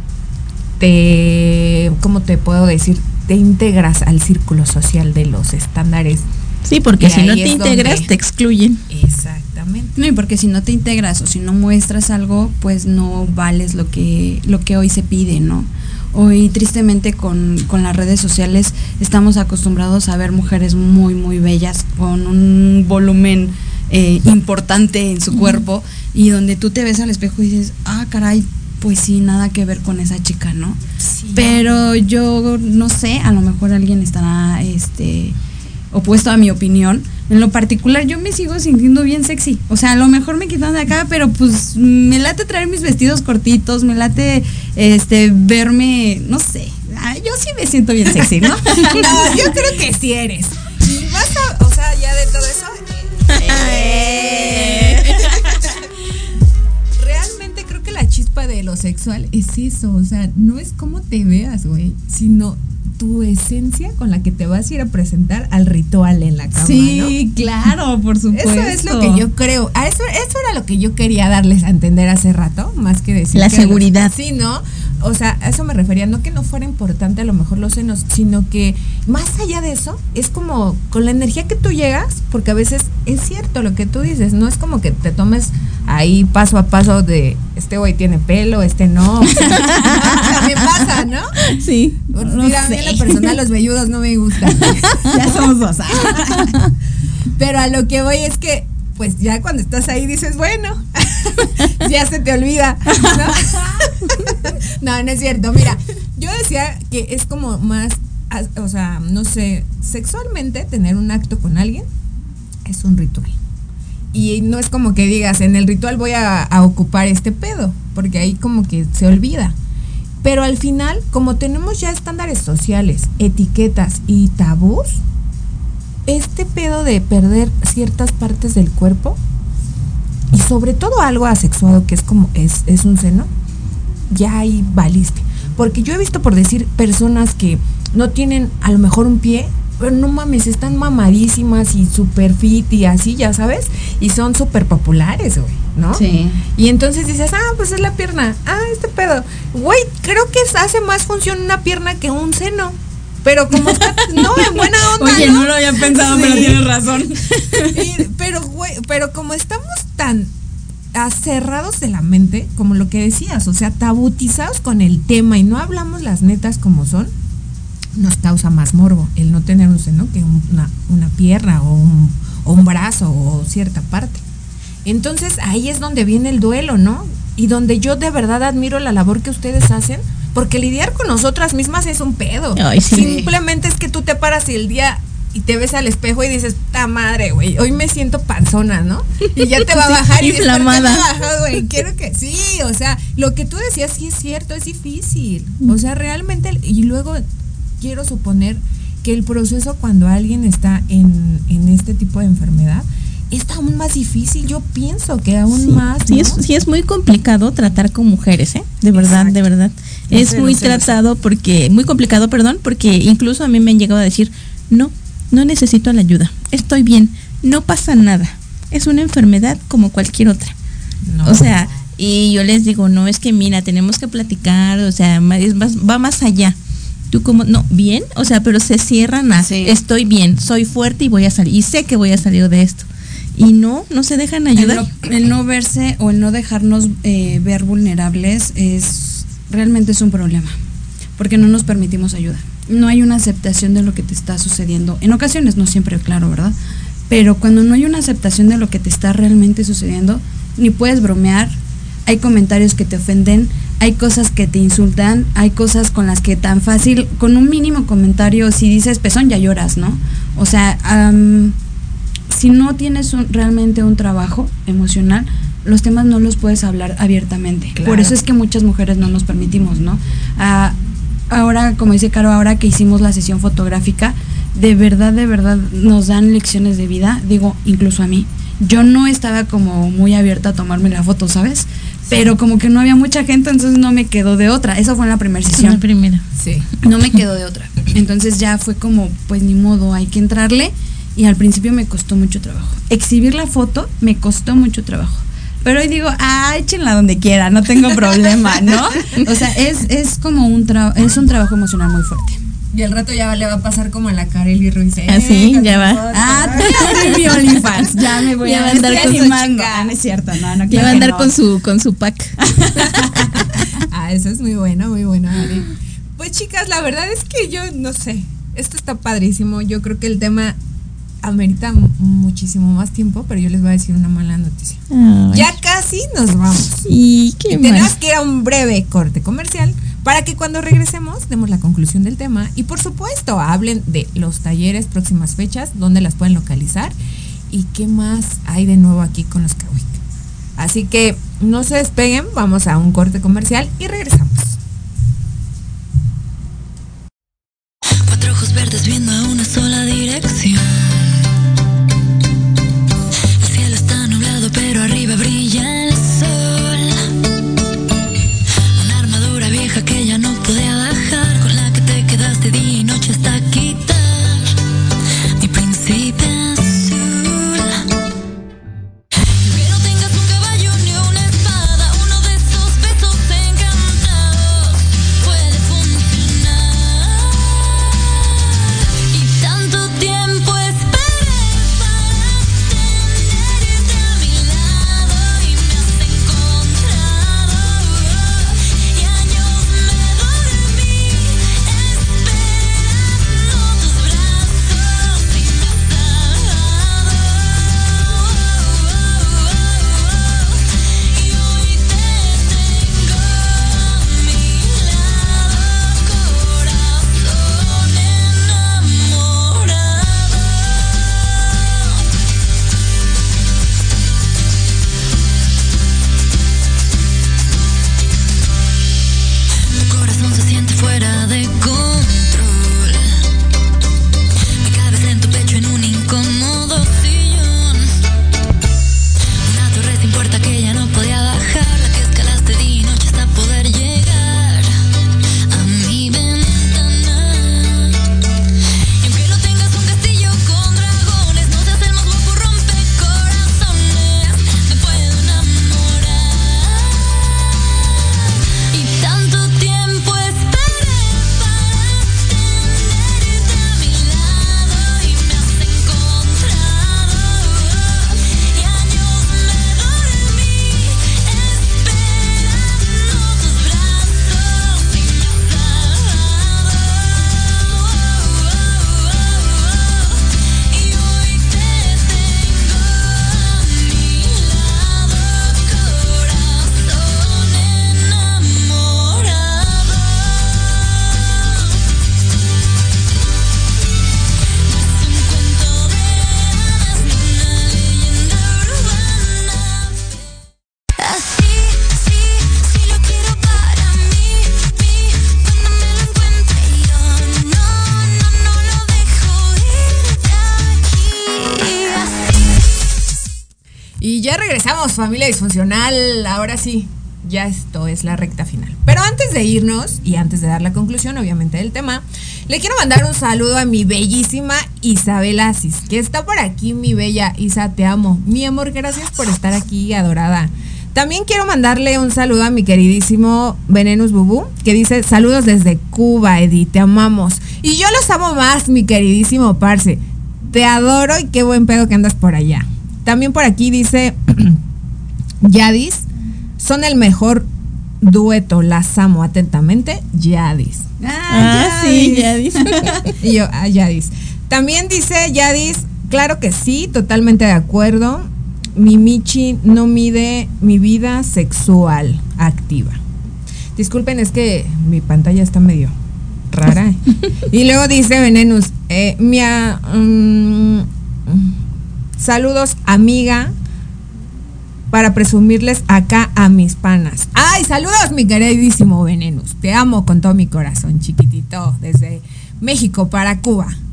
[SPEAKER 7] te, ¿cómo te puedo decir? Te integras al círculo social de los estándares.
[SPEAKER 8] Sí, porque
[SPEAKER 7] Y
[SPEAKER 8] si no
[SPEAKER 7] ahí
[SPEAKER 8] te
[SPEAKER 7] es
[SPEAKER 8] integras,
[SPEAKER 7] donde-
[SPEAKER 8] te excluyen.
[SPEAKER 7] Exactamente.
[SPEAKER 4] No, y porque si no te integras o si no muestras algo, pues no vales lo que, lo que hoy se pide, ¿no? Hoy tristemente con, con las redes sociales estamos acostumbrados a ver mujeres muy, muy bellas, con un volumen eh, importante en su cuerpo, y donde tú te ves al espejo y dices, ah, caray, pues sí, nada que ver con esa chica, ¿no?
[SPEAKER 7] Sí.
[SPEAKER 4] Pero yo no sé, a lo mejor alguien estará este opuesto a mi opinión. En lo particular, yo me sigo sintiendo bien sexy. O sea, a lo mejor me quitan de acá, pero pues me late traer mis vestidos cortitos, me late este verme, no sé. Ah, yo sí me siento bien sexy, ¿no?
[SPEAKER 7] No, yo creo que sí eres. Y vas a, o sea, ya de todo eso. eh, Realmente creo que la chispa de lo sexual es eso, o sea, no es cómo te veas, güey, sino tu esencia con la que te vas a ir a presentar al ritual en la cama,
[SPEAKER 4] Sí,
[SPEAKER 7] ¿no?
[SPEAKER 4] claro, por supuesto.
[SPEAKER 7] Eso es lo que yo creo. A eso, eso era lo que yo quería darles a entender hace rato, más que decir
[SPEAKER 8] La
[SPEAKER 7] que
[SPEAKER 8] seguridad.
[SPEAKER 7] los- sí, ¿no? O sea, a eso me refería, no que no fuera importante a lo mejor los senos, sino que más allá de eso, es como con la energía que tú llegas, porque a veces es cierto lo que tú dices, no es como que te tomes ahí paso a paso de este güey tiene pelo, este no. O sea, también pasa, ¿no?
[SPEAKER 8] Sí.
[SPEAKER 7] Mira, a mí en lo personal los velludos no me gustan.
[SPEAKER 4] Ya somos dos.
[SPEAKER 7] Pero a lo que voy es que, pues ya cuando estás ahí dices, bueno, ya se te olvida, ¿no? No, no es cierto. Mira, yo decía que es como más, o sea, no sé, sexualmente tener un acto con alguien es un ritual. Y no es como que digas, en el ritual voy a, a ocupar este pedo, porque ahí como que se olvida. Pero al final, como tenemos ya estándares sociales, etiquetas y tabús, este pedo de perder ciertas partes del cuerpo, y sobre todo algo asexuado que es como es, es un seno, ya ahí valiste. Porque yo he visto, por decir, personas que no tienen a lo mejor un pie, pero no mames, están mamadísimas y super fit y así, ya sabes, y son súper populares, güey, ¿no?
[SPEAKER 4] Sí.
[SPEAKER 7] Y entonces dices, ah, pues es la pierna, ah, este pedo. Güey, creo que hace más función una pierna que un seno. Pero como está, no, en buena onda.
[SPEAKER 4] Oye, no lo había pensado, pero tienes razón.
[SPEAKER 7] Y- pero, güey, pero como estamos tan acerrados de la mente, como lo que decías, o sea, tabutizados con el tema y no hablamos las netas como son, nos causa más morbo el no tener un seno que una, una pierna o un, o un brazo o cierta parte. Entonces ahí es donde viene el duelo, ¿no? Y donde yo de verdad admiro la labor que ustedes hacen, porque lidiar con nosotras mismas es un pedo.
[SPEAKER 8] Ay, sí.
[SPEAKER 7] Simplemente es que tú te paras y el día y te ves al espejo y dices, ta madre, güey, hoy me siento panzona, ¿no? Y ya te va a
[SPEAKER 8] Sí,
[SPEAKER 7] bajar y dices, ¿por qué me
[SPEAKER 8] inflamada.
[SPEAKER 7] bajó, güey? Quiero que sí, o sea, lo que tú decías sí es cierto, es difícil. O sea, realmente, y luego quiero suponer que el proceso cuando alguien está en, en este tipo de enfermedad está aún más difícil, yo pienso que aún
[SPEAKER 8] Sí,
[SPEAKER 7] más,
[SPEAKER 8] sí,
[SPEAKER 7] ¿no?
[SPEAKER 8] es, sí es muy complicado tratar con mujeres, ¿eh? De verdad,
[SPEAKER 7] Exacto.
[SPEAKER 8] de verdad.
[SPEAKER 7] Lo
[SPEAKER 8] Es
[SPEAKER 7] sé,
[SPEAKER 8] muy
[SPEAKER 7] lo sé, lo sé.
[SPEAKER 8] tratado porque, muy complicado, perdón, porque incluso a mí me han llegado a decir, no, no necesito la ayuda, estoy bien, no pasa nada, es una enfermedad como cualquier otra.
[SPEAKER 7] No.
[SPEAKER 8] O sea, y yo les digo, no, es que mira, tenemos que platicar, o sea, ma- es más, va más allá. Tú como, no, bien, o sea, pero se cierran a,
[SPEAKER 4] Sí.
[SPEAKER 8] estoy bien, soy fuerte y voy a salir, y sé que voy a salir de esto. Y no, no se dejan
[SPEAKER 4] El
[SPEAKER 8] ayudar.
[SPEAKER 4] no, el no verse o el no dejarnos eh, ver vulnerables es realmente es un problema, porque no nos permitimos ayuda. No hay una aceptación de lo que te está sucediendo. En ocasiones, no siempre, claro, ¿verdad? Pero cuando no hay una aceptación de lo que te está realmente sucediendo, ni puedes bromear, hay comentarios que te ofenden, hay cosas que te insultan, hay cosas con las que tan fácil, con un mínimo comentario, si dices pezón ya lloras, ¿no? O sea, am, si no tienes un- realmente un trabajo emocional, los temas no los puedes hablar abiertamente.
[SPEAKER 7] Claro.
[SPEAKER 4] Por eso es que muchas mujeres no nos permitimos, ¿no? Ah, ahora, como dice Caro, ahora que hicimos la sesión fotográfica, de verdad, de verdad nos dan lecciones de vida, digo, incluso a mí. Yo no estaba como muy abierta a tomarme la foto, ¿sabes? Sí. Pero como que no había mucha gente, entonces no me quedó de otra. Esa fue en la primera sesión.
[SPEAKER 8] La primera.
[SPEAKER 4] Sí. No me quedó de otra. Entonces ya fue como, pues ni modo, hay que entrarle. Y al principio me costó mucho trabajo. Exhibir la foto me costó mucho trabajo. Pero hoy digo, ah, échenla donde quiera, no tengo problema, ¿no? O sea, es, es como un, tra- es un trabajo emocional muy fuerte.
[SPEAKER 7] Y al rato ya le va a pasar como a la Kareli Ruiz. ¿Eh?
[SPEAKER 8] Ah, sí, ya va.
[SPEAKER 4] Ah, te mi OnlyFans. Ya me voy
[SPEAKER 8] ya
[SPEAKER 4] a
[SPEAKER 8] va a andar con su
[SPEAKER 4] chingada. Ah, no es cierto, no, no.
[SPEAKER 8] Ya va a andar
[SPEAKER 4] no.
[SPEAKER 8] con su con su pack.
[SPEAKER 7] Ah, eso es muy bueno, muy bueno, Ari. Pues chicas, la verdad es que yo no sé. Esto está padrísimo. Yo creo que el tema amerita m- muchísimo más tiempo, pero yo les voy a decir una mala noticia.
[SPEAKER 8] Ay.
[SPEAKER 7] Ya casi nos vamos.
[SPEAKER 8] Y qué
[SPEAKER 7] Y
[SPEAKER 8] mal.
[SPEAKER 7] tenemos que ir a un breve corte comercial para que cuando regresemos demos la conclusión del tema y por supuesto hablen de los talleres, próximas fechas, dónde las pueden localizar y qué más hay de nuevo aquí con los Kawick. Así que no se despeguen, vamos a un corte comercial y regresamos.
[SPEAKER 6] Cuatro ojos verdes viendo a una sola dirección. El cielo está nublado, pero arriba brilla el sol. Una armadura vieja que ya no podía bajar, con la que te quedaste día y noche hasta quitar mi príncipe azul. Que no tengas un caballo ni una espada, uno de esos besos encantados puede funcionar. Y tanto tiempo esperé para tenerte a mi lado y me has encontrado. Y años me dormí esperando tus brazos y me has salvado. Y hoy te tengo a mi lado, corazón enamorado. Tu corazón se siente fuera de control. Me cabes en tu pecho en un incómodo sillón. Una torre sin puerta que ya no podía bajar, la que escalaste día y noche hasta poder llegar a mi ventana. Y aunque no tengas un castillo con dragones, no seas el más guapo rompecorazones, me puedo enamorar. Y tanto tiempo esperé para tenerte a mi lado y me has encontrado. Y años me dormí esperando tus brazos y me has salvado. Y hoy te tengo a mi lado, corazón enamorado. No es un cuento de hadas ni una leyenda urbana. Así, sí, sí lo quiero para mí, mí, cuando me lo encuentre yo, no, no, no lo dejo ir de aquí, así.
[SPEAKER 7] Y ya regresamos, familia disfuncional. Ahora sí, ya esto es la recta final. Pero antes de irnos y antes de dar la conclusión, obviamente, del tema, le quiero mandar un saludo a mi bellísima Isabel Asis, que está por aquí, mi bella Isa, te amo. Mi amor, gracias por estar aquí, adorada. También quiero mandarle un saludo a mi queridísimo Venenus Bubú, que dice, saludos desde Cuba, Edith, te amamos. Y yo los amo más, mi queridísimo Parce. Te adoro y qué buen pedo que andas por allá. También por aquí dice Yadis, son el mejor dueto, las amo atentamente, Yadis.
[SPEAKER 8] Ah, sí, Yadis.
[SPEAKER 7] Y yo, ah, Yadis. También dice Yadis, claro que sí, totalmente de acuerdo. Mi Michi no mide mi vida sexual activa. Disculpen, es que mi pantalla está medio rara. Y luego dice Venenus, eh, mia, mm, saludos, amiga, para presumirles acá a mis panas. ¡Ay, saludos, mi queridísimo Venenus! Te amo con todo mi corazón, chiquitito, desde México para Cuba.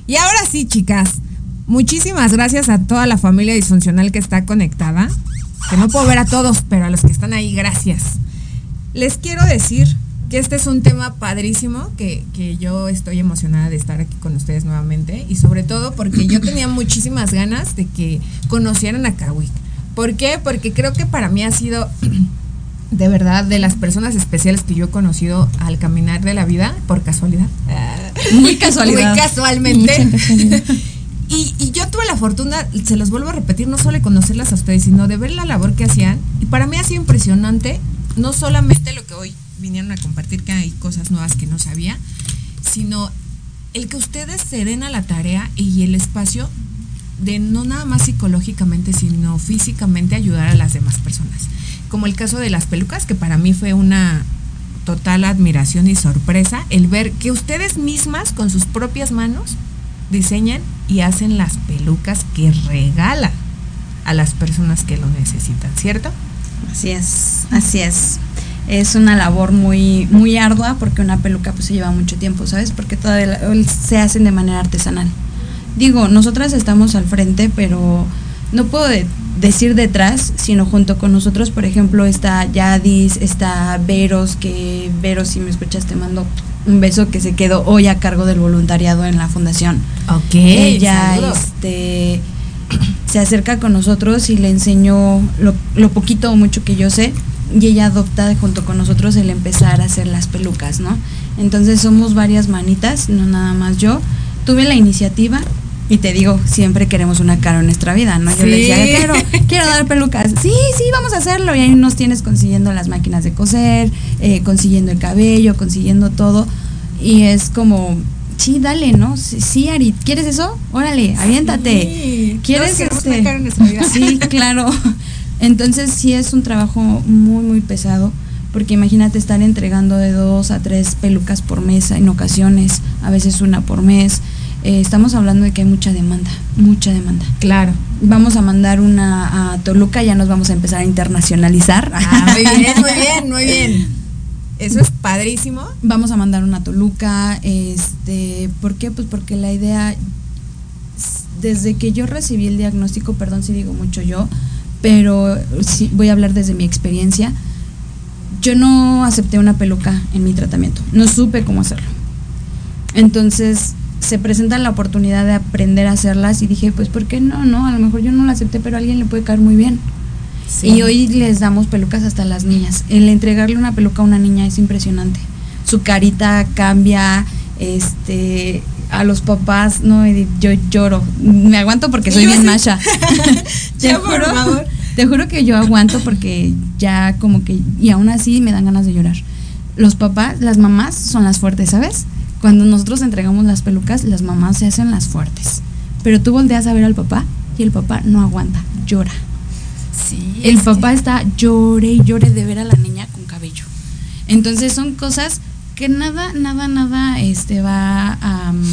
[SPEAKER 7] Y ahora sí, chicas, muchísimas gracias a toda la familia disfuncional que está conectada. Que no puedo ver a todos, pero a los que están ahí, gracias. Les quiero decir que este es un tema padrísimo, que, que yo estoy emocionada de estar aquí con ustedes nuevamente, y sobre todo porque yo tenía muchísimas ganas de que conocieran a Kawik. ¿Por qué? Porque creo que para mí ha sido de verdad de las personas especiales que yo he conocido al caminar de la vida, por casualidad.
[SPEAKER 4] Muy casualidad.
[SPEAKER 7] Muy casualmente. Y, y yo tuve la fortuna, se los vuelvo a repetir, no solo de conocerlas a ustedes, sino de ver la labor que hacían. Y para mí ha sido impresionante, no solamente lo que hoy vinieron a compartir, que hay cosas nuevas que no sabía, sino el que ustedes se den a la tarea y el espacio de no nada más psicológicamente, sino físicamente ayudar a las demás personas. Como el caso de las pelucas, que para mí fue una total admiración y sorpresa, el ver que ustedes mismas con sus propias manos diseñan y hacen las pelucas que regalan a las personas que lo necesitan, ¿cierto?
[SPEAKER 4] Así es, así es. Es una labor muy muy ardua, porque una peluca pues se lleva mucho tiempo, ¿sabes? Porque todavía se hacen de manera artesanal. Digo, nosotras estamos al frente, pero no puedo de, decir detrás, sino junto con nosotros, por ejemplo, está Yadis, está Veros, que Veros, si me escuchas, te mando un beso, que se quedó hoy a cargo del voluntariado en la fundación.
[SPEAKER 7] Ok,
[SPEAKER 4] ella
[SPEAKER 7] saludos.
[SPEAKER 4] este se acerca con nosotros y le enseñó lo, lo poquito o mucho que yo sé, y ella adopta junto con nosotros el empezar a hacer las pelucas, ¿no? Entonces somos varias manitas, no nada más yo. Tuve la iniciativa, y te digo, siempre queremos una cara en nuestra vida, ¿no? Yo
[SPEAKER 7] Sí.
[SPEAKER 4] le decía, quiero, quiero dar pelucas. Sí, sí, vamos a hacerlo. Y ahí nos tienes consiguiendo las máquinas de coser, eh, consiguiendo el cabello, consiguiendo todo. Y es como, sí, dale, ¿no? Sí, sí, Ari, ¿quieres eso? Órale, aviéntate.
[SPEAKER 7] Sí.
[SPEAKER 4] ¿Quieres
[SPEAKER 7] Todos queremos
[SPEAKER 4] este?
[SPEAKER 7] una cara en nuestra vida.
[SPEAKER 4] Sí, claro. Entonces sí es un trabajo muy, muy pesado, porque imagínate estar entregando de dos a tres pelucas por mes en ocasiones, a veces una por mes. Eh, estamos hablando de que hay mucha demanda, mucha demanda.
[SPEAKER 7] Claro.
[SPEAKER 4] Vamos a mandar una a Toluca, ya nos vamos a empezar a internacionalizar.
[SPEAKER 7] Ah, muy bien, muy bien, muy bien. Eso es padrísimo.
[SPEAKER 4] Vamos a mandar una a Toluca, este, ¿por qué? Pues porque la idea, desde que yo recibí el diagnóstico, perdón si digo mucho yo, pero sí, voy a hablar desde mi experiencia. Yo no acepté una peluca en mi tratamiento, no supe cómo hacerlo. Entonces se presenta la oportunidad de aprender a hacerlas y dije, pues ¿por qué no? No, a lo mejor yo no la acepté, pero a alguien le puede caer muy bien. Sí. Y hoy les damos pelucas hasta a las niñas. El entregarle una peluca a una niña es impresionante. Su carita cambia, este, a los papás, no, yo lloro. Me aguanto porque soy
[SPEAKER 7] yo
[SPEAKER 4] bien
[SPEAKER 7] sí.
[SPEAKER 4] masha. te
[SPEAKER 7] Ya,
[SPEAKER 4] juro,
[SPEAKER 7] por favor.
[SPEAKER 4] Te juro que yo aguanto porque ya como que, y aún así me dan ganas de llorar. Los papás, las mamás son las fuertes, ¿sabes? Cuando nosotros entregamos las pelucas, las mamás se hacen las fuertes. Pero tú volteas a ver al papá y el papá no aguanta, llora.
[SPEAKER 7] Sí,
[SPEAKER 4] el
[SPEAKER 7] es
[SPEAKER 4] papá
[SPEAKER 7] que...
[SPEAKER 4] está llore y llore de ver a la niña con cabello. Entonces son cosas que nada, nada, nada este va a... Um,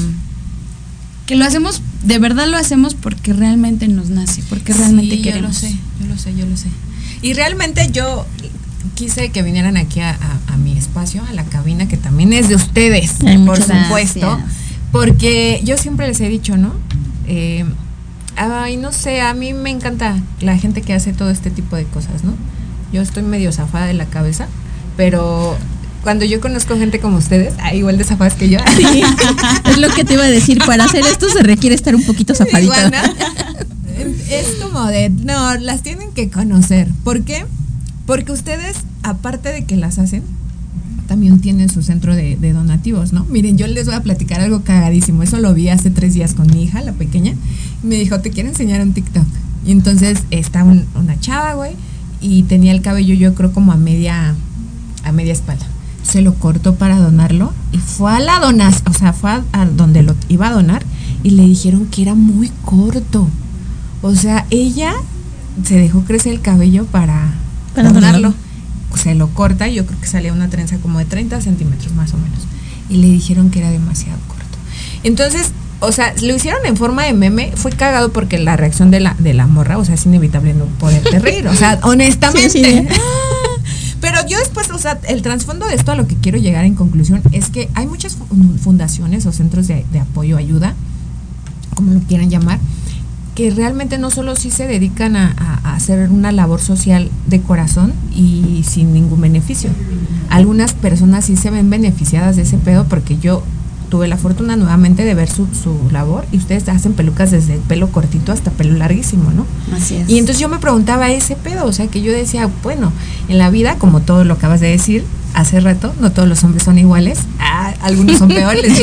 [SPEAKER 4] que lo hacemos, de verdad lo hacemos porque realmente nos nace, porque realmente
[SPEAKER 7] sí,
[SPEAKER 4] queremos.
[SPEAKER 7] Yo lo sé, yo lo sé, yo lo sé. Y realmente yo quise que vinieran aquí a, a, a mi espacio, a la cabina, que también es de ustedes,
[SPEAKER 8] Ay,
[SPEAKER 7] por
[SPEAKER 8] muchas
[SPEAKER 7] supuesto.
[SPEAKER 8] gracias.
[SPEAKER 7] Porque yo siempre les he dicho, ¿no? Eh, ay, no sé, a mí me encanta la gente que hace todo este tipo de cosas, ¿no? Yo estoy medio zafada de la cabeza, pero cuando yo conozco gente como ustedes, ah, igual de zafadas que yo.
[SPEAKER 8] Sí, es lo que te iba a decir, para hacer esto se requiere estar un poquito zafadita.
[SPEAKER 7] Igual, ¿no? Es como de, no, las tienen que conocer. ¿Por qué? Porque ustedes, aparte de que las hacen, también tienen su centro de, de donativos, ¿no? Miren, yo les voy a platicar algo cagadísimo. Eso lo vi hace tres días con mi hija, la pequeña. Me dijo, te quiero enseñar un TikTok. Y entonces está un, una chava, güey, y tenía el cabello, yo creo, como a media, a media espalda. Se lo cortó para donarlo y fue a la donas, o sea, fue a, a donde lo iba a donar y le dijeron que era muy corto. O sea, ella se dejó crecer el cabello para,
[SPEAKER 8] Para
[SPEAKER 7] donarlo.
[SPEAKER 8] donarlo.
[SPEAKER 7] Se lo corta y yo creo que salía una trenza como de treinta centímetros más o menos. Y le dijeron que era demasiado corto. Entonces, o sea, lo hicieron en forma de meme. Fue cagado porque la reacción de la, de la morra, o sea, es inevitable no poderte reír. O sea, honestamente.
[SPEAKER 8] Sí, sí.
[SPEAKER 7] Pero yo después, o sea, el trasfondo de esto, a lo que quiero llegar en conclusión, es que hay muchas fundaciones o centros de, de apoyo, ayuda, como lo quieran llamar, que realmente no solo sí se dedican a, a, a hacer una labor social de corazón y sin ningún beneficio. Algunas personas sí se ven beneficiadas de ese pedo, porque yo tuve la fortuna nuevamente de ver su, su labor, y ustedes hacen pelucas desde pelo cortito hasta pelo larguísimo, ¿no?
[SPEAKER 4] Así es.
[SPEAKER 7] Y entonces yo me preguntaba ese pedo, o sea, que yo decía, bueno, en la vida, como todo lo acabas de decir hace rato, no todos los hombres son iguales, ah, algunos son peores.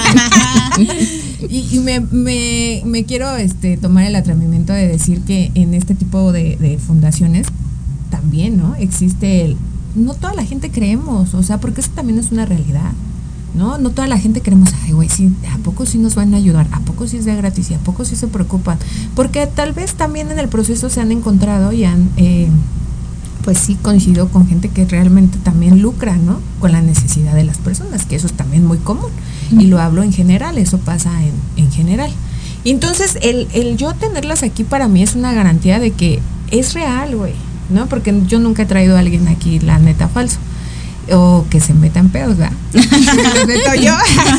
[SPEAKER 7] Y, y me, me, me quiero este, tomar el atrevimiento de decir que en este tipo de, de fundaciones también, ¿no? Existe el... No toda la gente creemos, o sea, porque eso también es una realidad, ¿no? No toda la gente creemos, ay, güey, sí, ¿a poco sí nos van a ayudar? ¿A poco sí es de gratis? ¿Y a poco sí se preocupan? Porque tal vez también en el proceso se han encontrado y han... Eh, pues sí coincido con gente que realmente también lucra, ¿no? Con la necesidad de las personas, que eso es también muy común. Y lo hablo en general, eso pasa en, en general. Y entonces, el, el yo tenerlas aquí para mí es una garantía de que es real, güey, ¿no? Porque yo nunca he traído a alguien aquí, la neta, falso. O que se meta en pedos, ¿verdad? ¿Me meto yo?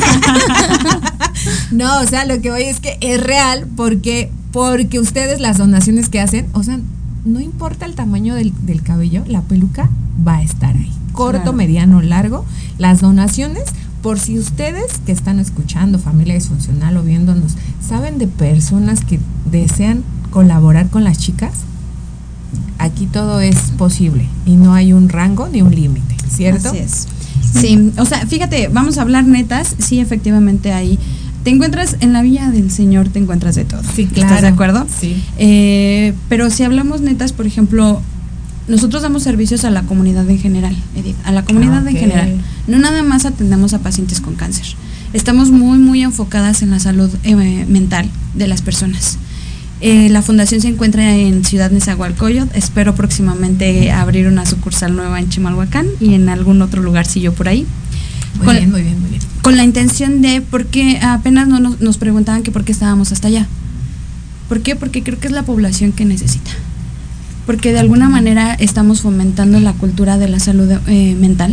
[SPEAKER 7] No, o sea, lo que voy es que es real porque, porque ustedes las donaciones que hacen, o sea, no importa el tamaño del, del cabello, la peluca va a estar ahí. Corto, claro. Mediano, largo. Las donaciones, por si ustedes que están escuchando, familia disfuncional o viéndonos, saben de personas que desean colaborar con las chicas, aquí todo es posible y no hay un rango ni un límite, ¿cierto?
[SPEAKER 4] Así es. Sí, o sea, fíjate, vamos a hablar netas, sí, efectivamente hay... Te encuentras en la Villa del Señor, te encuentras de todo.
[SPEAKER 7] Sí, claro.
[SPEAKER 4] ¿Estás de acuerdo?
[SPEAKER 7] Sí.
[SPEAKER 4] Eh, pero si hablamos netas, por ejemplo, nosotros damos servicios a la comunidad en general, Edith, a la comunidad
[SPEAKER 7] okay.
[SPEAKER 4] en general. No nada más atendemos a pacientes con cáncer. Estamos muy, muy enfocadas en la salud eh, mental de las personas. Eh, la fundación se encuentra en Ciudad Nezahualcóyotl. Espero próximamente abrir una sucursal nueva en Chimalhuacán y en algún otro lugarcillo por ahí.
[SPEAKER 7] Muy
[SPEAKER 4] con,
[SPEAKER 7] bien, muy bien, muy bien.
[SPEAKER 4] Con la intención de, porque apenas no nos, nos preguntaban que por qué estábamos hasta allá. ¿Por qué? Porque creo que es la población que necesita. Porque de alguna manera estamos fomentando la cultura de la salud eh, mental.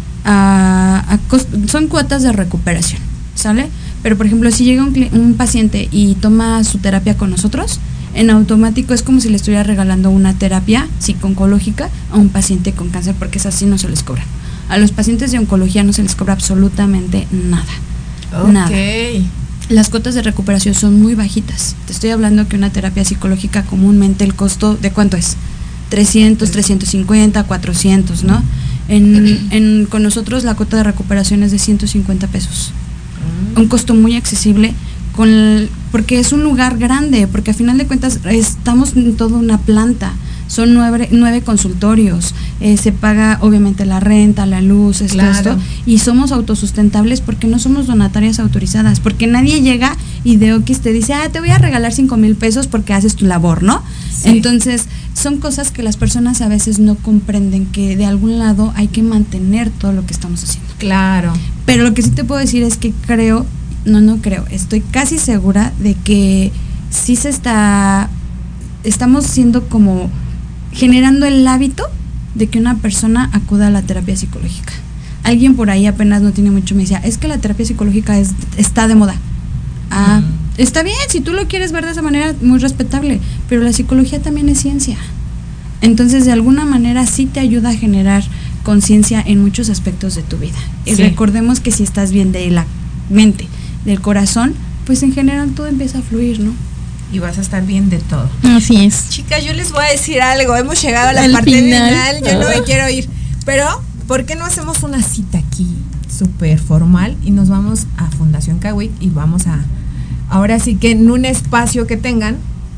[SPEAKER 4] A, a cost, son cuotas de recuperación, ¿sale? Pero por ejemplo, si llega un, un paciente y toma su terapia con nosotros, en automático es como si le estuviera regalando una terapia psico-oncológica a un paciente con cáncer, porque es así, no se les cobra. A los pacientes de oncología no se les cobra absolutamente nada.
[SPEAKER 7] Okay.
[SPEAKER 4] Nada. Las cuotas de recuperación son muy bajitas. Te estoy hablando que una terapia psicológica comúnmente el costo ¿de cuánto es? trescientos, trescientos cincuenta, cuatrocientos, ¿no? En, en, con nosotros la cuota de recuperación es de ciento cincuenta pesos. Un costo muy accesible, con el, porque es un lugar grande, porque al final de cuentas estamos en toda una planta. Son nueve, nueve consultorios, eh, se paga obviamente la renta, la luz, esto,
[SPEAKER 7] claro.
[SPEAKER 4] esto, y somos autosustentables porque no somos donatarias autorizadas, porque nadie llega y de Oquis te dice, ah, te voy a regalar cinco mil pesos porque haces tu labor, ¿no? Sí. Entonces, son cosas que las personas a veces no comprenden, que de algún lado hay que mantener todo lo que estamos haciendo.
[SPEAKER 7] Claro.
[SPEAKER 4] Pero lo que sí te puedo decir es que creo, no, no creo, estoy casi segura de que sí se está, estamos siendo como... generando el hábito de que una persona acuda a la terapia psicológica. Alguien por ahí apenas no tiene mucho me decía, es que la terapia psicológica es, está de moda. Ah, mm. Está bien, si tú lo quieres ver de esa manera, muy respetable, pero la psicología también es ciencia. Entonces, de alguna manera sí te ayuda a generar conciencia en muchos aspectos de tu vida. Sí. Y recordemos que si estás bien de la mente, del corazón, pues en general todo empieza a fluir, ¿no?
[SPEAKER 7] Y vas a estar bien de todo.
[SPEAKER 8] Así es.
[SPEAKER 7] Chicas, yo les voy a decir algo. Hemos llegado a la
[SPEAKER 8] Al
[SPEAKER 7] parte
[SPEAKER 8] final.
[SPEAKER 7] final. Yo no me quiero ir. Pero, ¿por qué no hacemos una cita aquí súper formal y nos vamos a Fundación Cahuic y vamos a, ahora sí que en un espacio que tengan,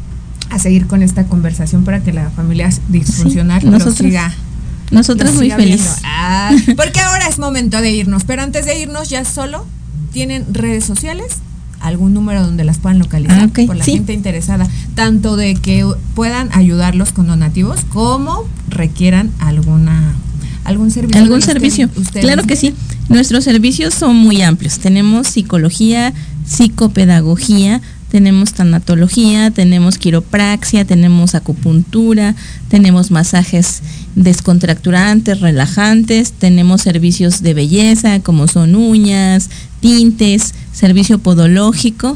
[SPEAKER 7] a seguir con esta conversación para que la familia disfuncional sí,
[SPEAKER 8] lo
[SPEAKER 7] nosotros, siga.
[SPEAKER 8] Nosotras muy felices.
[SPEAKER 7] Ah, porque ahora es momento de irnos. Pero antes de irnos, ya solo tienen redes sociales, algún número donde las puedan localizar, ah, okay, por la sí. gente interesada, tanto de que puedan ayudarlos con donativos como requieran alguna algún servicio.
[SPEAKER 8] Algún servicio, usted, usted claro que sí. Nuestros servicios son muy amplios. Tenemos psicología, psicopedagogía, tenemos tanatología, tenemos quiropraxia, tenemos acupuntura, tenemos masajes descontracturantes, relajantes, tenemos servicios de belleza como son uñas, tintes, servicio podológico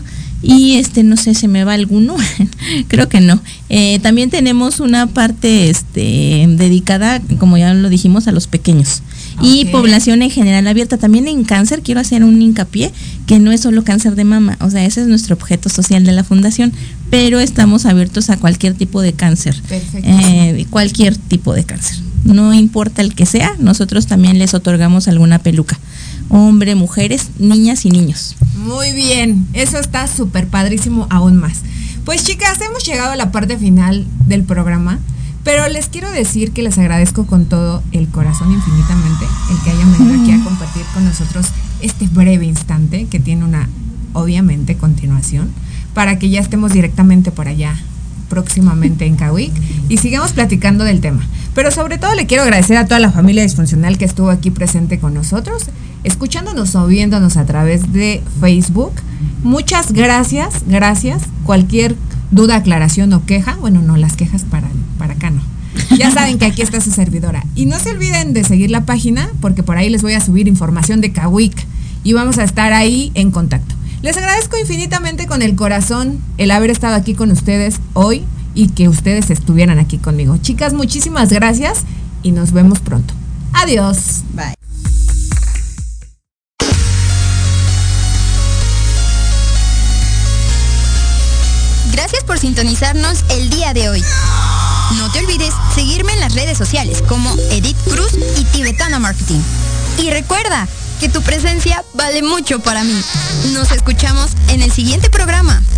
[SPEAKER 8] Y este, no sé, ¿se me va alguno? Creo que no. Eh, también tenemos una parte este, dedicada, como ya lo dijimos, a los pequeños. Y okay. Población en general abierta. También en cáncer quiero hacer un hincapié que no es solo cáncer de mama, o sea, ese es nuestro objeto social de la fundación, pero estamos abiertos a cualquier tipo de cáncer, eh, cualquier tipo de cáncer, no importa el que sea, nosotros también les otorgamos alguna peluca, hombre, mujeres, niñas y niños.
[SPEAKER 7] Muy bien, eso está súper padrísimo aún más. Pues chicas, hemos llegado a la parte final del programa. Pero les quiero decir que les agradezco con todo el corazón infinitamente el que hayan venido aquí a compartir con nosotros este breve instante que tiene una, obviamente, continuación, para que ya estemos directamente por allá próximamente en Cahuic y sigamos platicando del tema. Pero sobre todo le quiero agradecer a toda la familia disfuncional que estuvo aquí presente con nosotros, escuchándonos o viéndonos a través de Facebook. Muchas gracias, gracias. Cualquier duda, aclaración o queja, bueno, no, las quejas para, para acá no. Ya saben que aquí está su servidora. Y no se olviden de seguir la página, porque por ahí les voy a subir información de Cahuic y vamos a estar ahí en contacto. Les agradezco infinitamente con el corazón el haber estado aquí con ustedes hoy y que ustedes estuvieran aquí conmigo. Chicas, muchísimas gracias y nos vemos pronto. Adiós.
[SPEAKER 3] Bye. Gracias por sintonizarnos el día de hoy. No te olvides seguirme en las redes sociales como Edith Cruz y Tibetana Marketing. Y recuerda que tu presencia vale mucho para mí. Nos escuchamos en el siguiente programa.